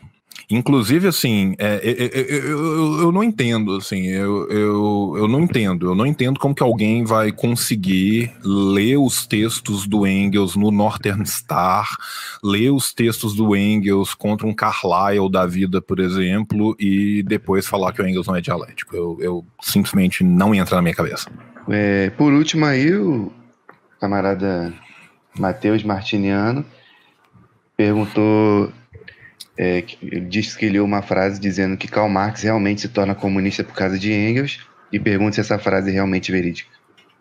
Inclusive, assim, eu não entendo, assim, eu não entendo como que alguém vai conseguir ler os textos do Engels no Northern Star, ler os textos do Engels contra um Carlyle da vida, por exemplo, e depois falar que o Engels não é dialético. Eu simplesmente não entra na minha cabeça. Por último aí, o camarada Matheus Martiniano perguntou... disse que leu uma frase dizendo que Karl Marx realmente se torna comunista por causa de Engels e pergunta se essa frase é realmente verídica.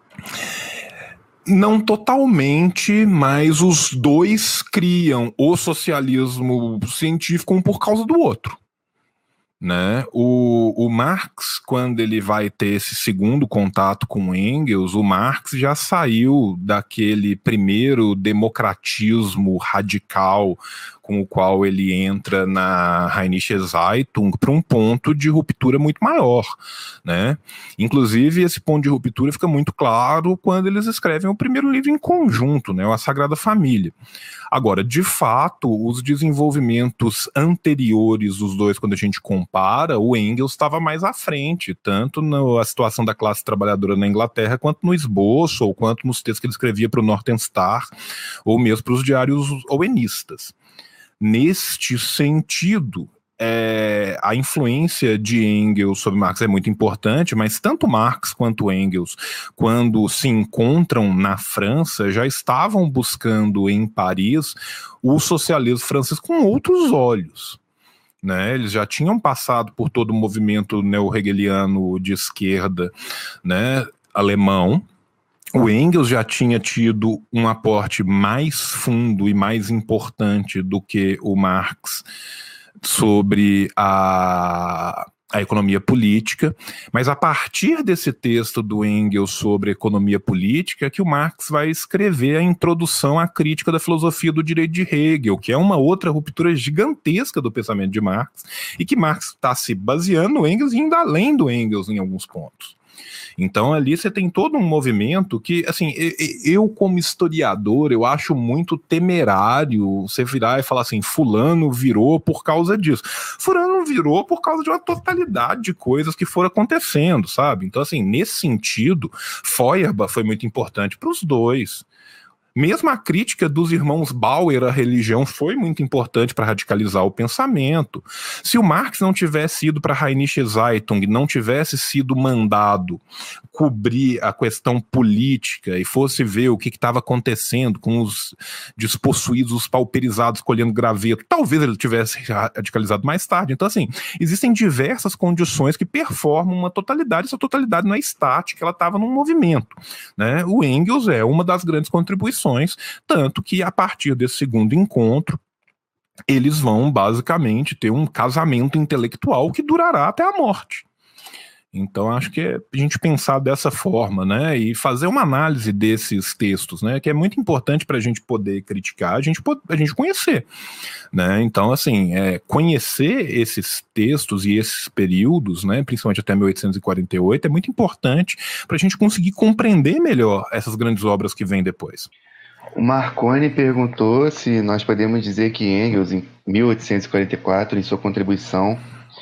Não totalmente, mas os dois criam o socialismo científico um por causa do outro, né? O Marx, quando ele vai ter esse segundo contato com Engels, o Marx já saiu daquele primeiro democratismo radical com o qual ele entra na Rheinische Zeitung para um ponto de ruptura muito maior, né? Inclusive, esse ponto de ruptura fica muito claro quando eles escrevem o primeiro livro em conjunto, né? A Sagrada Família. Agora, de fato, os desenvolvimentos anteriores dos dois, quando a gente compara, o Engels estava mais à frente, tanto na situação da classe trabalhadora na Inglaterra, quanto no esboço, ou quanto nos textos que ele escrevia para o Northern Star, ou mesmo para os diários owenistas. Neste sentido, a influência de Engels sobre Marx é muito importante, mas tanto Marx quanto Engels, quando se encontram na França, já estavam buscando em Paris o socialismo francês com outros olhos, né? Eles já tinham passado por todo o movimento neo-hegeliano de esquerda, né, alemão. O Engels já tinha tido um aporte mais fundo e mais importante do que o Marx sobre a economia política, mas a partir desse texto do Engels sobre economia política é que o Marx vai escrever a introdução à crítica da filosofia do direito de Hegel, que é uma outra ruptura gigantesca do pensamento de Marx, e que Marx está se baseando no Engels e indo além do Engels em alguns pontos. Então ali você tem todo um movimento que, assim, eu como historiador, eu acho muito temerário você virar e falar assim, fulano virou por causa disso. Fulano virou por causa de uma totalidade de coisas que foram acontecendo, sabe? Então, assim, nesse sentido, Feuerbach foi muito importante para os dois. Mesmo a crítica dos irmãos Bauer à religião foi muito importante para radicalizar o pensamento. Se o Marx não tivesse ido para a Rheinische Zeitung, não tivesse sido mandado cobrir a questão política e fosse ver o que estava acontecendo com os despossuídos, os pauperizados colhendo graveto, talvez ele tivesse radicalizado mais tarde. Então, assim, existem diversas condições que performam uma totalidade. Essa totalidade não é estática, ela estava num movimento, né? O Engels é uma das grandes contribuições, tanto que a partir desse segundo encontro eles vão basicamente ter um casamento intelectual que durará até a morte. Então acho que é a gente pensar dessa forma, né, e fazer uma análise desses textos, né, que é muito importante para a gente poder criticar, a gente conhecer, né. Então, assim, conhecer esses textos e esses períodos, né, principalmente até 1848, é muito importante para a gente conseguir compreender melhor essas grandes obras que vêm depois. O Marconi perguntou se nós podemos dizer que Engels, em 1844, em sua contribuição,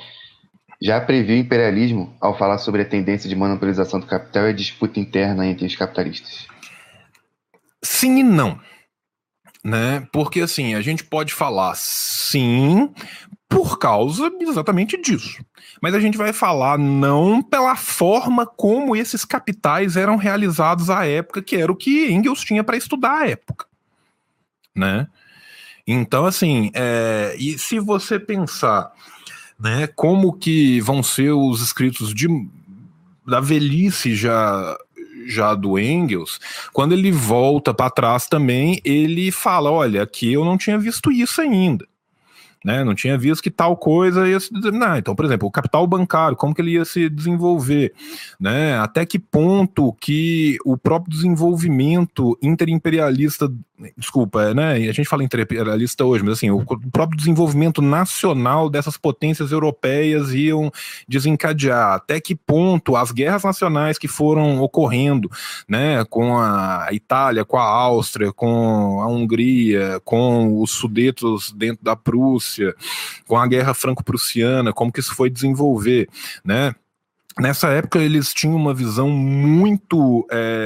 já previu o imperialismo ao falar sobre a tendência de monopolização do capital e a disputa interna entre os capitalistas. Sim e não, né? Porque, assim, a gente pode falar sim por causa exatamente disso, mas a gente vai falar não pela forma como esses capitais eram realizados à época, que era o que Engels tinha para estudar à época, né? Então, assim, e se você pensar, né, como que vão ser os escritos da velhice já do Engels, quando ele volta para trás também, ele fala, olha, aqui eu não tinha visto isso ainda, né, não tinha visto que tal coisa ia se desenvolver. Então, por exemplo, o capital bancário, como que ele ia se desenvolver, né, até que ponto que o próprio desenvolvimento interimperialista Desculpa, né? A gente fala imperialista hoje, mas assim, o próprio desenvolvimento nacional dessas potências europeias iam desencadear. Até que ponto as guerras nacionais que foram ocorrendo, né? Com a Itália, com a Áustria, com a Hungria, com os Sudetos dentro da Prússia, com a Guerra Franco-Prussiana, como que isso foi desenvolver, né? Nessa época eles tinham uma visão muito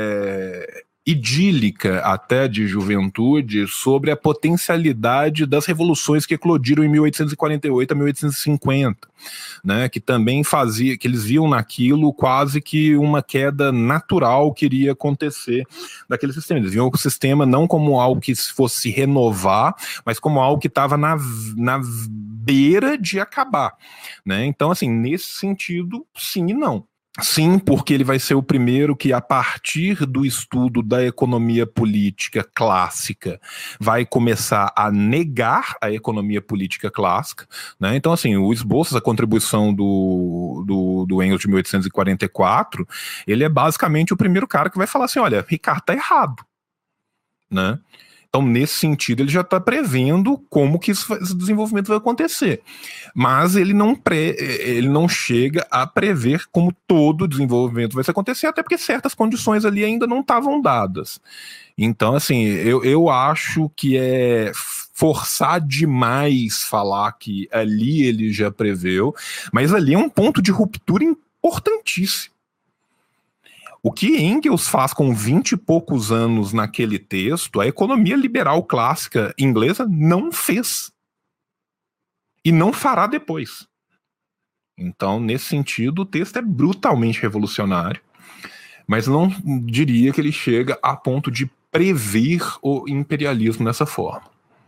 idílica até de juventude sobre a potencialidade das revoluções que eclodiram em 1848 a 1850, né, que também fazia, que eles viam naquilo quase que uma queda natural que iria acontecer daquele sistema. Eles viam o sistema não como algo que fosse se renovar, mas como algo que estava na beira de acabar, né? Então, assim, nesse sentido, sim e não. Sim, porque ele vai ser o primeiro que, a partir do estudo da economia política clássica, vai começar a negar a economia política clássica, né? Então, assim, o esboço, a contribuição do Engels de 1844, ele é basicamente o primeiro cara que vai falar assim, olha, Ricardo tá errado, né? Então, nesse sentido, ele já está prevendo como que esse desenvolvimento vai acontecer. Mas ele não chega a prever como todo o desenvolvimento vai acontecer, até porque certas condições ali ainda não estavam dadas. Então, assim, eu acho que é forçar demais falar que ali ele já preveu, mas ali é um ponto de ruptura importantíssimo. O que Engels faz com 20 e poucos anos naquele texto, a economia liberal clássica inglesa não fez. E não fará depois. Então, nesse sentido, o texto é brutalmente revolucionário, mas não diria que ele chega a ponto de prever o imperialismo dessa forma.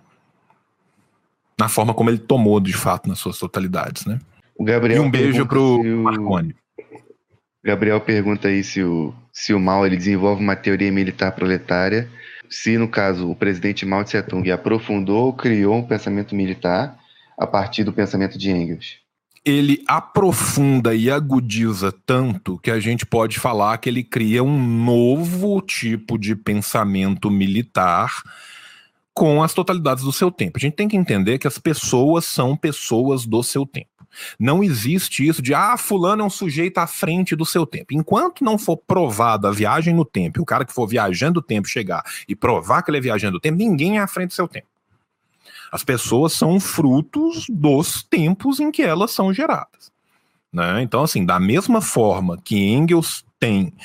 Na forma como ele tomou, de fato, nas suas totalidades, né? O Gabriel, e um beijo pro Marconi. Gabriel pergunta aí se o Mao ele desenvolve uma teoria militar proletária, se, no caso, o presidente Mao Tse-tung aprofundou ou criou um pensamento militar a partir do pensamento de Engels. Ele aprofunda e agudiza tanto que a gente pode falar que ele cria um novo tipo de pensamento militar com as totalidades do seu tempo. A gente tem que entender que as pessoas são pessoas do seu tempo. Não existe isso de, fulano é um sujeito à frente do seu tempo. Enquanto não for provada a viagem no tempo, o cara que for viajando o tempo chegar e provar que ele é viajando o tempo, ninguém é à frente do seu tempo. As pessoas são frutos dos tempos em que elas são geradas, né? Então, assim, da mesma forma que Engels tem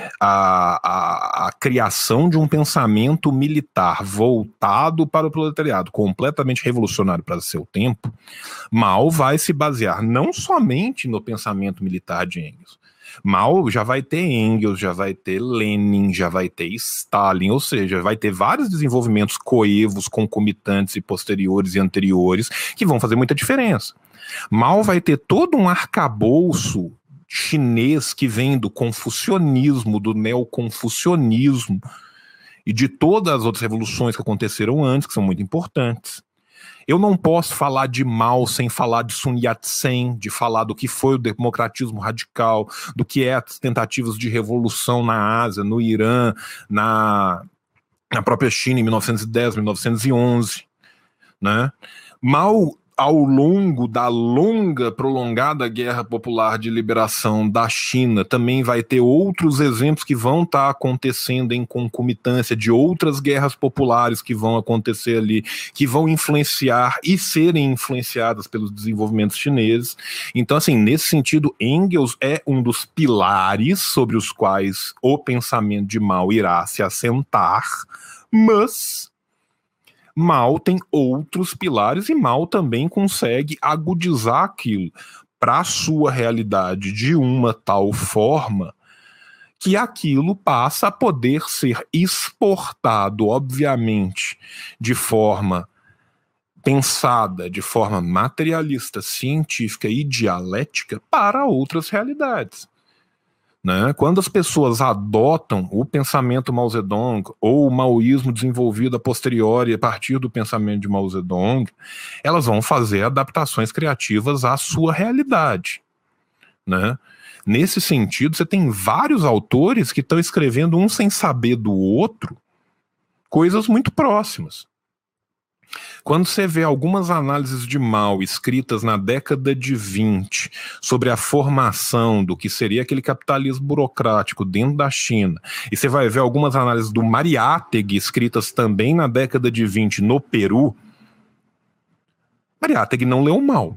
a criação de um pensamento militar voltado para o proletariado, completamente revolucionário para o seu tempo, Mao vai se basear não somente no pensamento militar de Engels. Mao já vai ter Engels, já vai ter Lenin, já vai ter Stalin, ou seja, vai ter vários desenvolvimentos coevos, concomitantes e posteriores e anteriores que vão fazer muita diferença. Mao vai ter todo um arcabouço chinês que vem do confucionismo, do neoconfucionismo e de todas as outras revoluções que aconteceram antes, que são muito importantes. Eu não posso falar de Mao sem falar de Sun Yat-sen, de falar do que foi o democratismo radical, do que é as tentativas de revolução na Ásia, no Irã, na própria China em 1910, 1911, né? Mao, ao longo da prolongada guerra popular de liberação da China, também vai ter outros exemplos que vão estar acontecendo em concomitância de outras guerras populares que vão acontecer ali, que vão influenciar e serem influenciadas pelos desenvolvimentos chineses. Então, assim, nesse sentido, Engels é um dos pilares sobre os quais o pensamento de Mao irá se assentar, mas Mao tem outros pilares e Mao também consegue agudizar aquilo para a sua realidade de uma tal forma que aquilo passa a poder ser exportado, obviamente, de forma pensada, de forma materialista, científica e dialética para outras realidades. Né? Quando as pessoas adotam o pensamento Mao Zedong ou o maoísmo desenvolvido a posteriori a partir do pensamento de Mao Zedong, elas vão fazer adaptações criativas à sua realidade, né? Nesse sentido, você tem vários autores que estão escrevendo um sem saber do outro, coisas muito próximas. Quando você vê algumas análises de Mao escritas na década de 20 sobre a formação do que seria aquele capitalismo burocrático dentro da China, e você vai ver algumas análises do Mariátegui escritas também na década de 20 no Peru, Mariátegui não leu Mao.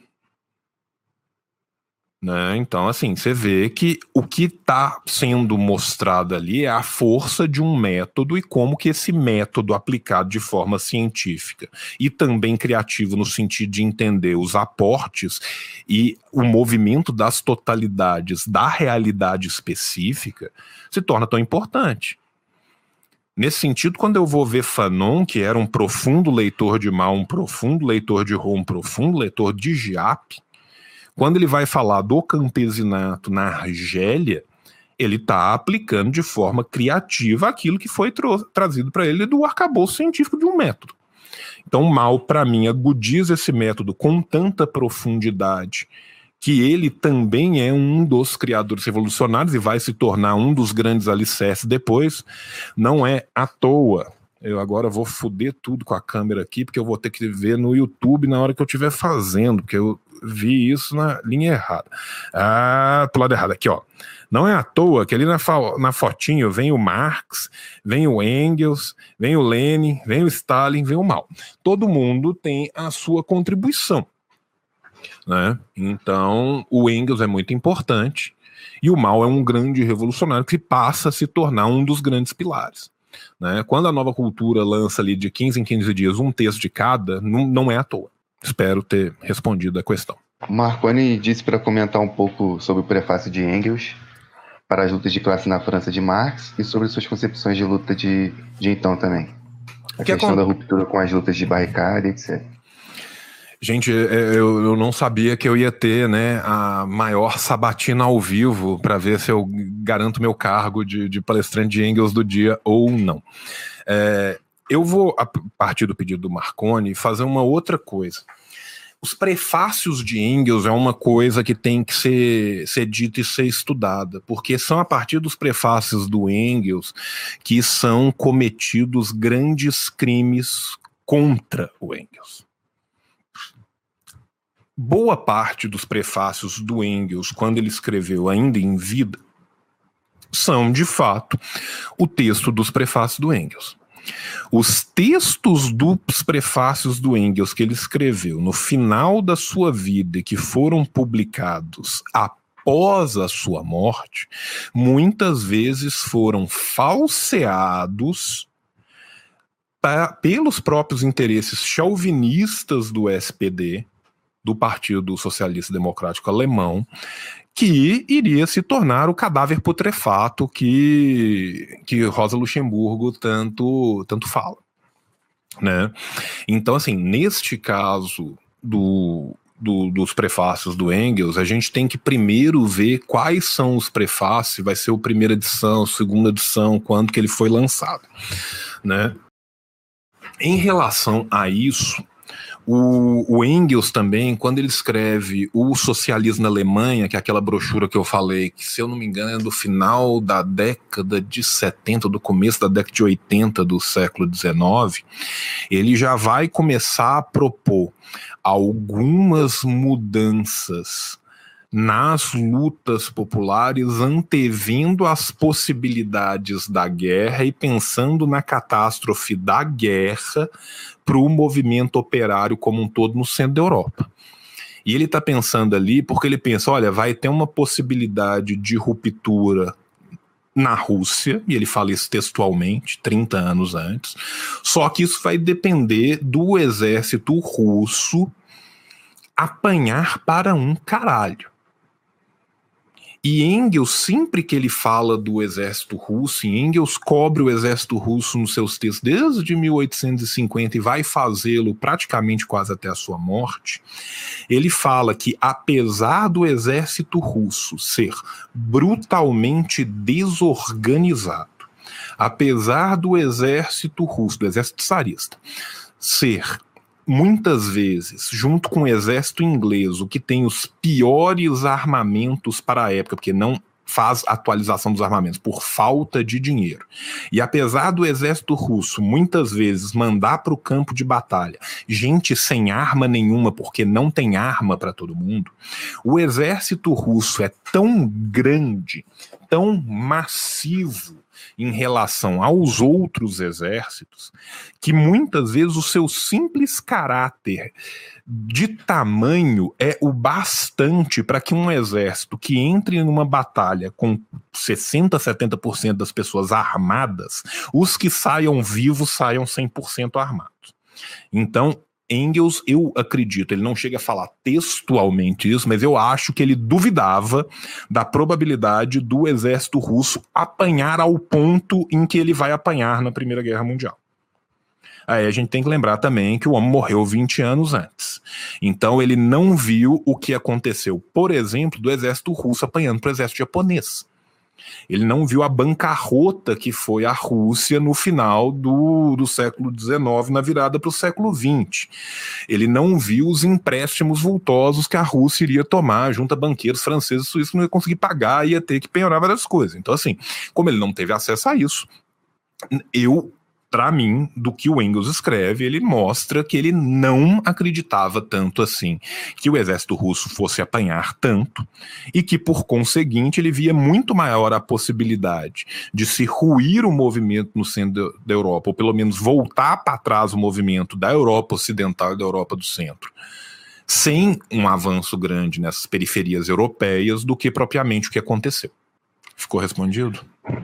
Né? Então, assim, você vê que o que está sendo mostrado ali é a força de um método e como que esse método aplicado de forma científica e também criativo no sentido de entender os aportes e o movimento das totalidades da realidade específica se torna tão importante. Nesse sentido, quando eu vou ver Fanon, que era um profundo leitor de Mao, um profundo leitor de Roux, um profundo leitor de Giap, quando ele vai falar do campesinato na Argélia, ele está aplicando de forma criativa aquilo que foi trazido para ele do arcabouço científico de um método. Então, Mao, para mim, agudiza esse método com tanta profundidade que ele também é um dos criadores revolucionários e vai se tornar um dos grandes alicerces depois. Não é à toa. Eu agora vou foder tudo com a câmera aqui, porque eu vou ter que ver no YouTube na hora que eu estiver fazendo, porque eu vi isso na linha errada. Pro lado errado, aqui, ó. Não é à toa que ali na fotinho vem o Marx, vem o Engels, vem o Lenin, vem o Stalin, vem o Mao. Todo mundo tem a sua contribuição, né? Então, o Engels é muito importante e o Mao é um grande revolucionário que passa a se tornar um dos grandes pilares. Né? Quando a Nova Cultura lança ali de 15 em 15 dias um texto de cada, não é à toa. Espero ter respondido a questão. Marconi disse para comentar um pouco sobre o prefácio de Engels para as lutas de classe na França de Marx e sobre suas concepções de luta de então também. A questão da ruptura com as lutas de barricada, etc. Gente, eu não sabia que eu ia ter, né, a maior sabatina ao vivo para ver se eu garanto meu cargo de palestrante de Engels do dia ou não. Eu vou, a partir do pedido do Marconi, fazer uma outra coisa. Os prefácios de Engels é uma coisa que tem que ser dita e ser estudada, porque são a partir dos prefácios do Engels que são cometidos grandes crimes contra o Engels. Boa parte dos prefácios do Engels, quando ele escreveu ainda em vida, são, de fato, o texto dos prefácios do Engels. Os textos dos prefácios do Engels que ele escreveu no final da sua vida e que foram publicados após a sua morte, muitas vezes foram falseados pelos próprios interesses chauvinistas do SPD, do Partido Socialista Democrático Alemão, que iria se tornar o cadáver putrefato que Rosa Luxemburgo tanto fala, né? Então, assim, neste caso dos prefácios do Engels, a gente tem que primeiro ver quais são os prefácios, vai ser a primeira edição, segunda edição, quando que ele foi lançado, né? Em relação a isso, o Engels também, quando ele escreve O Socialismo na Alemanha, que é aquela brochura que eu falei, que se eu não me engano é do final da década de 70, do começo da década de 80 do século XIX, ele já vai começar a propor algumas mudanças nas lutas populares, antevendo as possibilidades da guerra e pensando na catástrofe da guerra para o movimento operário como um todo no centro da Europa. E ele está pensando ali porque ele pensa, olha, vai ter uma possibilidade de ruptura na Rússia, e ele fala isso textualmente, 30 anos antes, só que isso vai depender do exército russo apanhar para um caralho. E Engels, sempre que ele fala do exército russo, e Engels cobre o exército russo nos seus textos desde 1850 e vai fazê-lo praticamente quase até a sua morte, ele fala que apesar do exército russo ser brutalmente desorganizado, apesar do exército russo, do exército tsarista, ser muitas vezes, junto com o exército inglês, o que tem os piores armamentos para a época, porque não faz atualização dos armamentos? Por falta de dinheiro. E apesar do exército russo muitas vezes mandar para o campo de batalha gente sem arma nenhuma, porque não tem arma para todo mundo, o exército russo é tão grande, tão massivo em relação aos outros exércitos, que muitas vezes o seu simples caráter de tamanho é o bastante para que um exército que entre em uma batalha com 60%, 70% das pessoas armadas, os que saiam vivos saiam 100% armados. Então, Engels, eu acredito, ele não chega a falar textualmente isso, mas eu acho que ele duvidava da probabilidade do exército russo apanhar ao ponto em que ele vai apanhar na Primeira Guerra Mundial. Aí a gente tem que lembrar também que o homem morreu 20 anos antes. Então ele não viu o que aconteceu, por exemplo, do exército russo apanhando para o exército japonês. Ele não viu a bancarrota que foi a Rússia no final do século XIX, na virada para o século XX. Ele não viu os empréstimos vultosos que a Rússia iria tomar junto a banqueiros franceses e suíços que não ia conseguir pagar e ia ter que penhorar várias coisas. Então, assim, como ele não teve acesso a isso, para mim, do que o Engels escreve, ele mostra que ele não acreditava tanto assim que o exército russo fosse apanhar tanto e que, por conseguinte, ele via muito maior a possibilidade de se ruir o movimento no centro da Europa, ou pelo menos voltar para trás o movimento da Europa Ocidental e da Europa do Centro, sem um avanço grande nessas periferias europeias, do que propriamente o que aconteceu. Ficou respondido?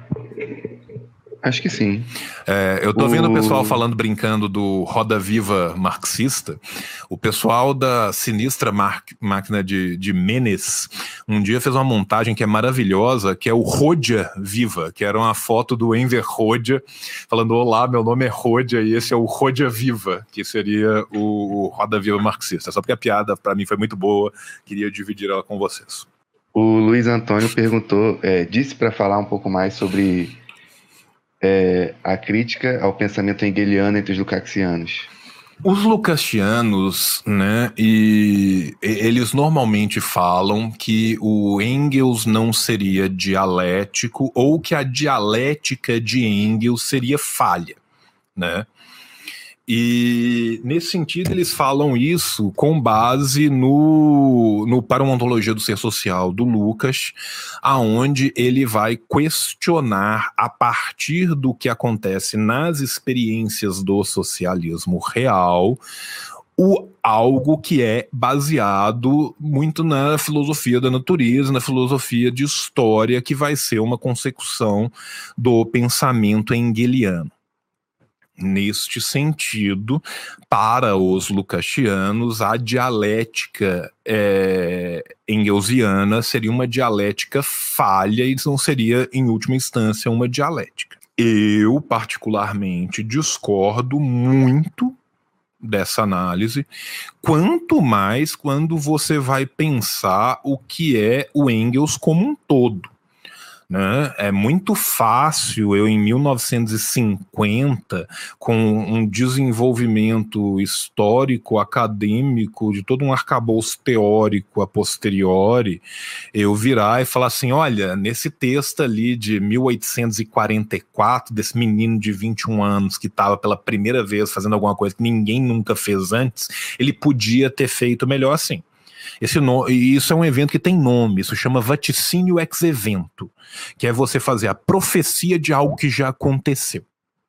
Acho que sim. Eu tô vendo o pessoal falando, brincando do Roda Viva marxista. O pessoal da sinistra máquina de Menes um dia fez uma montagem que é maravilhosa, que é o Rodia Viva, que era uma foto do Enver Rodia falando: olá, meu nome é Rodia e esse é o Rodia Viva, que seria o Roda Viva marxista. Só porque a piada para mim foi muito boa, queria dividir ela com vocês. O Luiz Antônio perguntou, disse para falar um pouco mais sobre a crítica ao pensamento hegeliano entre os lukácsianos. Os lukácsianos, né, e eles normalmente falam que o Engels não seria dialético ou que a dialética de Engels seria falha, né? E, nesse sentido, eles falam isso com base no Para uma Ontologia do Ser Social, do Lukács, aonde ele vai questionar, a partir do que acontece nas experiências do socialismo real, algo que é baseado muito na filosofia da natureza, na filosofia de história, que vai ser uma consecução do pensamento hegeliano. Neste sentido, para os lukácsianos, a dialética engelsiana seria uma dialética falha e não seria, em última instância, uma dialética. Eu, particularmente, discordo muito dessa análise, quanto mais quando você vai pensar o que é o Engels como um todo. Né? É muito fácil eu, em 1950, com um desenvolvimento histórico, acadêmico, de todo um arcabouço teórico a posteriori, eu virar e falar assim: olha, nesse texto ali de 1844, desse menino de 21 anos que estava pela primeira vez fazendo alguma coisa que ninguém nunca fez antes, ele podia ter feito melhor assim. Isso é um evento que tem nome, isso chama vaticínio ex evento, que é você fazer a profecia de algo que já aconteceu.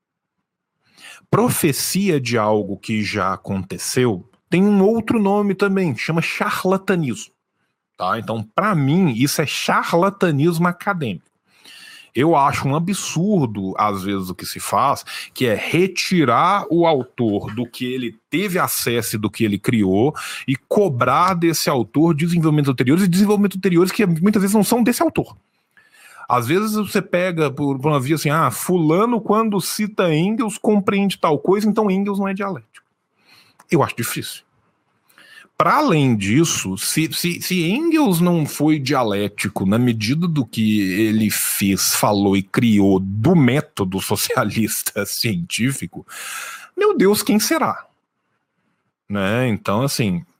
Profecia de algo que já aconteceu tem um outro nome também, que chama charlatanismo. Tá? Então, para mim, isso é charlatanismo acadêmico. Eu acho um absurdo, às vezes, o que se faz, que é retirar o autor do que ele teve acesso e do que ele criou e cobrar desse autor desenvolvimentos anteriores que muitas vezes não são desse autor. Às vezes você pega por uma via assim: fulano, quando cita Engels, compreende tal coisa, então Engels não é dialético. Eu acho difícil. Para além disso, se Engels não foi dialético na medida do que ele fez, falou e criou do método socialista científico, meu Deus, quem será? Né? Então, assim,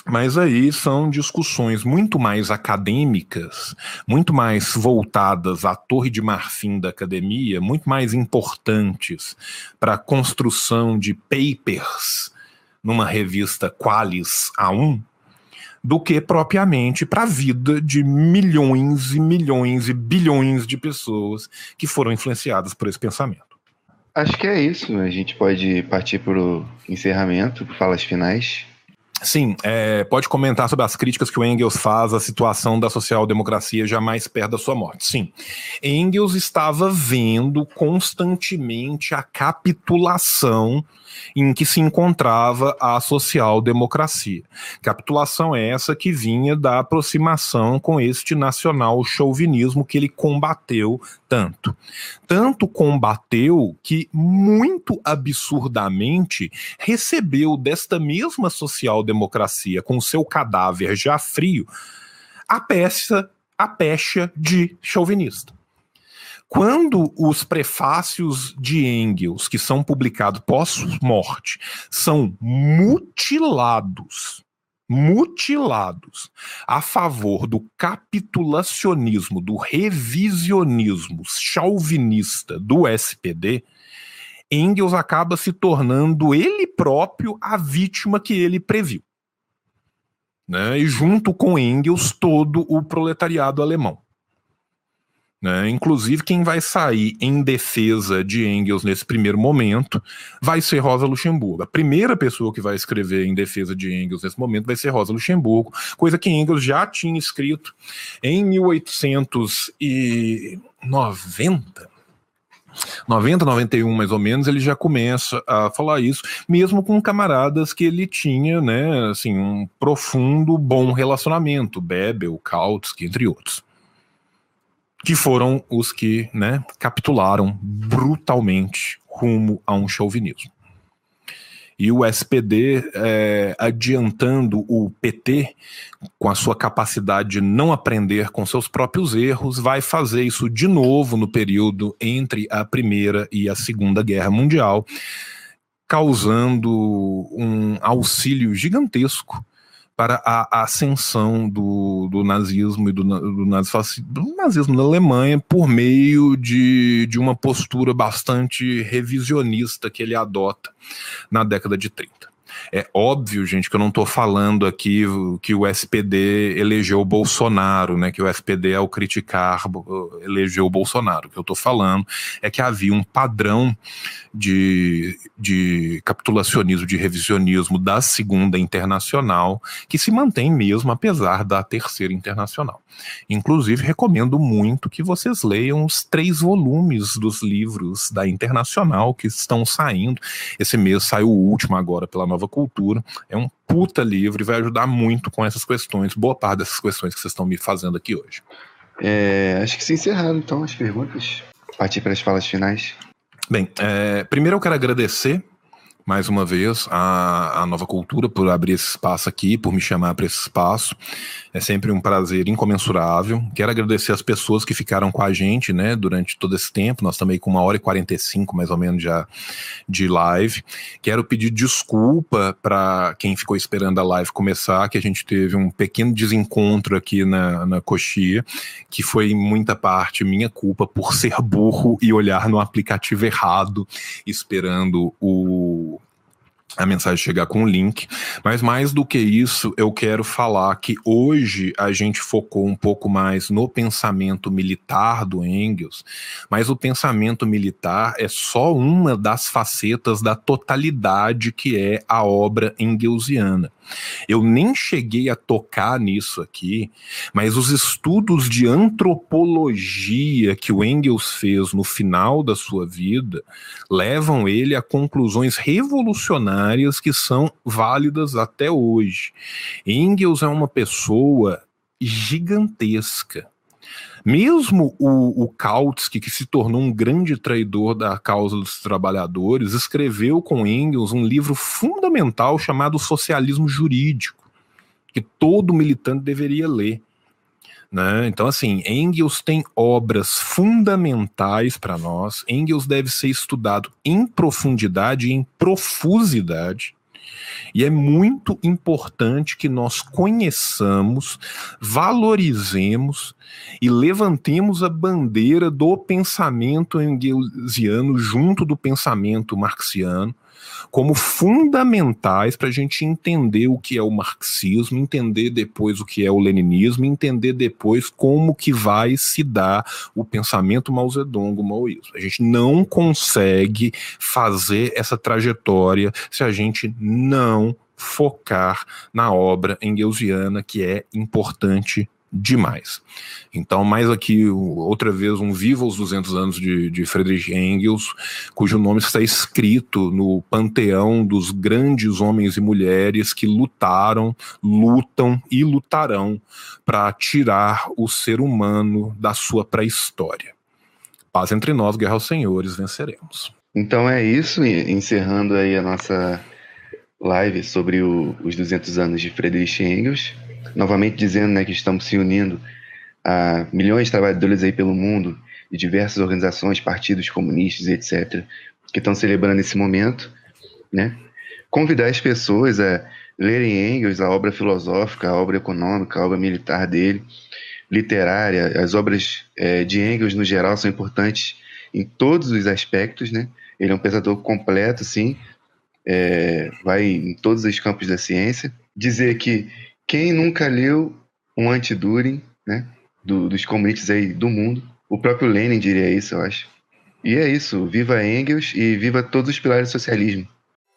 Mas aí são discussões muito mais acadêmicas, muito mais voltadas à Torre de Marfim da academia, muito mais importantes para a construção de papers numa revista Qualis A1, do que propriamente para a vida de milhões e milhões e bilhões de pessoas que foram influenciadas por esse pensamento. Acho que é isso. A gente pode partir para o encerramento, falas finais. Sim, pode comentar sobre as críticas que o Engels faz à situação da social-democracia já mais perto da sua morte. Sim, Engels estava vendo constantemente a capitulação em que se encontrava a social-democracia. Capitulação essa que vinha da aproximação com este nacional-chauvinismo que ele combateu tanto. Tanto combateu que, muito absurdamente, recebeu desta mesma social-democracia, com seu cadáver já frio, a pecha de chauvinista. Quando os prefácios de Engels, que são publicados pós-morte, são mutilados a favor do capitulacionismo, do revisionismo chauvinista do SPD, Engels acaba se tornando ele próprio a vítima que ele previu, né? E junto com Engels, todo o proletariado alemão. Né? Inclusive, quem vai sair em defesa de Engels nesse primeiro momento vai ser Rosa Luxemburgo. A primeira pessoa que vai escrever em defesa de Engels nesse momento vai ser Rosa Luxemburgo, coisa que Engels já tinha escrito em 1890. 91 mais ou menos, ele já começa a falar isso, mesmo com camaradas que ele tinha, né, assim, um profundo bom relacionamento, Bebel, Kautsky, entre outros, que foram os que, né, capitularam brutalmente rumo a um chauvinismo. E o SPD, adiantando o PT, com a sua capacidade de não aprender com seus próprios erros, vai fazer isso de novo no período entre a Primeira e a Segunda Guerra Mundial, causando um auxílio gigantesco para a ascensão do nazismo e do nazismo na Alemanha por meio de uma postura bastante revisionista que ele adota na década de 30. É óbvio, gente, que eu não estou falando aqui que o SPD elegeu o Bolsonaro, né, que o SPD, ao criticar, elegeu o Bolsonaro. O que eu estou falando é que havia um padrão de capitulacionismo, de revisionismo da Segunda Internacional que se mantém mesmo apesar da Terceira Internacional. Inclusive, recomendo muito que vocês leiam os 3 volumes dos livros da Internacional que estão saindo. Esse mês saiu o último agora pela Nova Cultura. É um puta livro e vai ajudar muito com essas questões, boa parte dessas questões que vocês estão me fazendo aqui hoje. Acho que se encerraram então as perguntas. Partir para as falas finais. Bem, primeiro eu quero agradecer mais uma vez a Nova Cultura por abrir esse espaço aqui, por me chamar para esse espaço. É sempre um prazer incomensurável. Quero agradecer as pessoas que ficaram com a gente, né, durante todo esse tempo. Nós estamos aí com 1h45 mais ou menos já de live. Quero pedir desculpa para quem ficou esperando a live começar, que a gente teve um pequeno desencontro aqui na coxia, que foi em muita parte minha culpa por ser burro e olhar no aplicativo errado, esperando a mensagem chegar com o link. Mas mais do que isso, eu quero falar que hoje a gente focou um pouco mais no pensamento militar do Engels, mas o pensamento militar é só uma das facetas da totalidade que é a obra engelsiana. Eu nem cheguei a tocar nisso aqui, mas os estudos de antropologia que o Engels fez no final da sua vida levam ele a conclusões revolucionárias que são válidas até hoje. Engels é uma pessoa gigantesca. Mesmo o Kautsky, que se tornou um grande traidor da causa dos trabalhadores, escreveu com Engels um livro fundamental chamado Socialismo Jurídico, que todo militante deveria ler. Né? Então, assim, Engels tem obras fundamentais para nós. Engels deve ser estudado em profundidade e em profusidade. E é muito importante que nós conheçamos, valorizemos e levantemos a bandeira do pensamento engelsiano junto do pensamento marxiano, como fundamentais para a gente entender o que é o marxismo, entender depois o que é o leninismo, entender depois como que vai se dar o pensamento Mao Zedong, o maoísmo. A gente não consegue fazer essa trajetória se a gente não focar na obra engelsiana, que é importante demais. Então, mais aqui, outra vez, um viva os 200 anos de Friedrich Engels, cujo nome está escrito no panteão dos grandes homens e mulheres que lutaram, lutam e lutarão para tirar o ser humano da sua pré-história. Paz entre nós, guerra aos senhores, venceremos. Então é isso, encerrando aí a nossa live sobre os 200 anos de Friedrich Engels. Novamente dizendo, né, que estamos se unindo a milhões de trabalhadores aí pelo mundo, de diversas organizações, partidos comunistas, etc., que estão celebrando esse momento, né? Convidar as pessoas a lerem Engels, a obra filosófica, a obra econômica, a obra militar dele, literária. As obras de Engels, no geral, são importantes em todos os aspectos, né? Ele é um pensador completo, sim, vai em todos os campos da ciência. Dizer que quem nunca leu um Anti-Düring, né, dos comunistas aí do mundo, o próprio Lenin diria isso, eu acho. E é isso, viva Engels e viva todos os pilares do socialismo.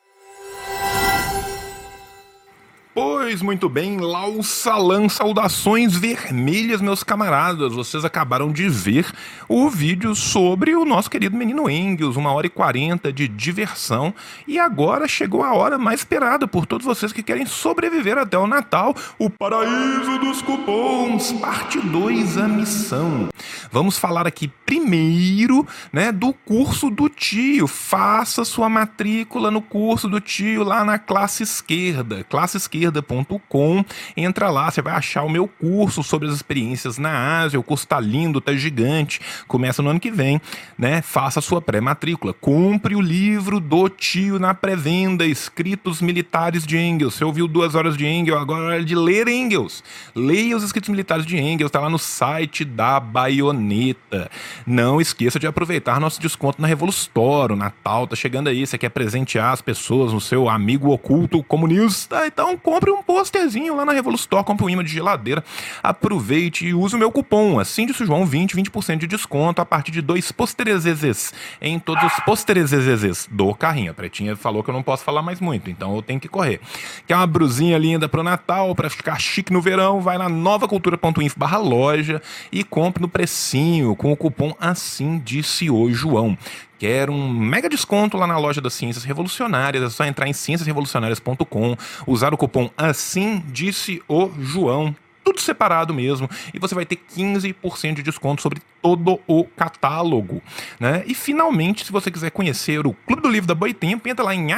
Pois muito bem, Lau Salam, saudações vermelhas, meus camaradas. Vocês acabaram de ver o vídeo sobre o nosso querido menino Engels, 1h40 de diversão. E agora chegou a hora mais esperada por todos vocês que querem sobreviver até o Natal, o Paraíso dos Cupons, parte 2, a missão. Vamos falar aqui primeiro, né, do curso do tio. Faça sua matrícula no curso do tio lá na Classe Esquerda, classeesquerda.com. Entra lá, você vai achar o meu curso sobre as experiências na Ásia. O curso tá lindo, tá gigante, começa no ano que vem, né? Faça a sua pré-matrícula, compre o livro do tio na pré-venda, Escritos Militares de Engels. Você ouviu 2 horas de Engels, agora é hora de ler Engels. Leia os Escritos Militares de Engels, tá lá no site da Baioneta. Não esqueça de aproveitar nosso desconto na Revolustore. O Natal tá chegando aí, você quer presentear as pessoas, o seu amigo oculto comunista, então compre um posterzinho lá na Revolustore, compre um imã de geladeira, aproveite e use o meu cupom, assim de João 20% de desconto a partir de 2 posterezezes em todos os posterezezes do carrinho. A Pretinha falou que eu não posso falar mais muito, então eu tenho que correr. Quer uma brusinha linda pro Natal, pra ficar chique no verão? Vai na novacultura.info/loja e compre no precinho com o cupom Assim Disse o João. Quer um mega desconto lá na loja das Ciências Revolucionárias, é só entrar em cienciasrevolucionárias.com, usar o cupom Assim Disse o João, tudo separado mesmo, e você vai ter 15% de desconto sobre todo o catálogo, né? E finalmente, se você quiser conhecer o Clube do Livro da Boitempo, entra lá em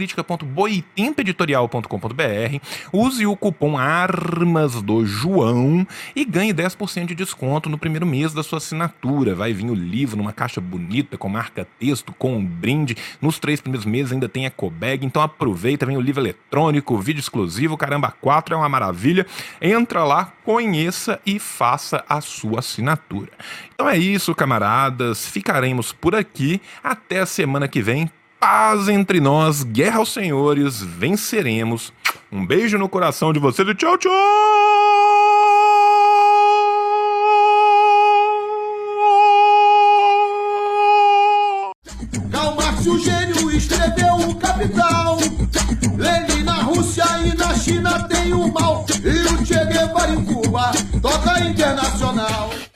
armasdacritica.boitempoeditorial.com.br, use o cupom Armas do João e ganhe 10% de desconto no primeiro mês da sua assinatura. Vai vir o livro numa caixa bonita, com marca-texto, com um brinde. Nos 3 primeiros meses ainda tem ecobag, então aproveita, vem o livro eletrônico, vídeo exclusivo, caramba, 4 é uma maravilha. Entra lá, conheça e faça a sua assinatura. Então é isso, camaradas. Ficaremos por aqui. Até a semana que vem. Paz entre nós. Guerra aos senhores. Venceremos. Um beijo no coração de vocês e tchau, tchau! Karl Marx, o gênio, escreveu o Capital. Lenin na Rússia e na China tem o mal. E o Che Guevara em Cuba toca internacional.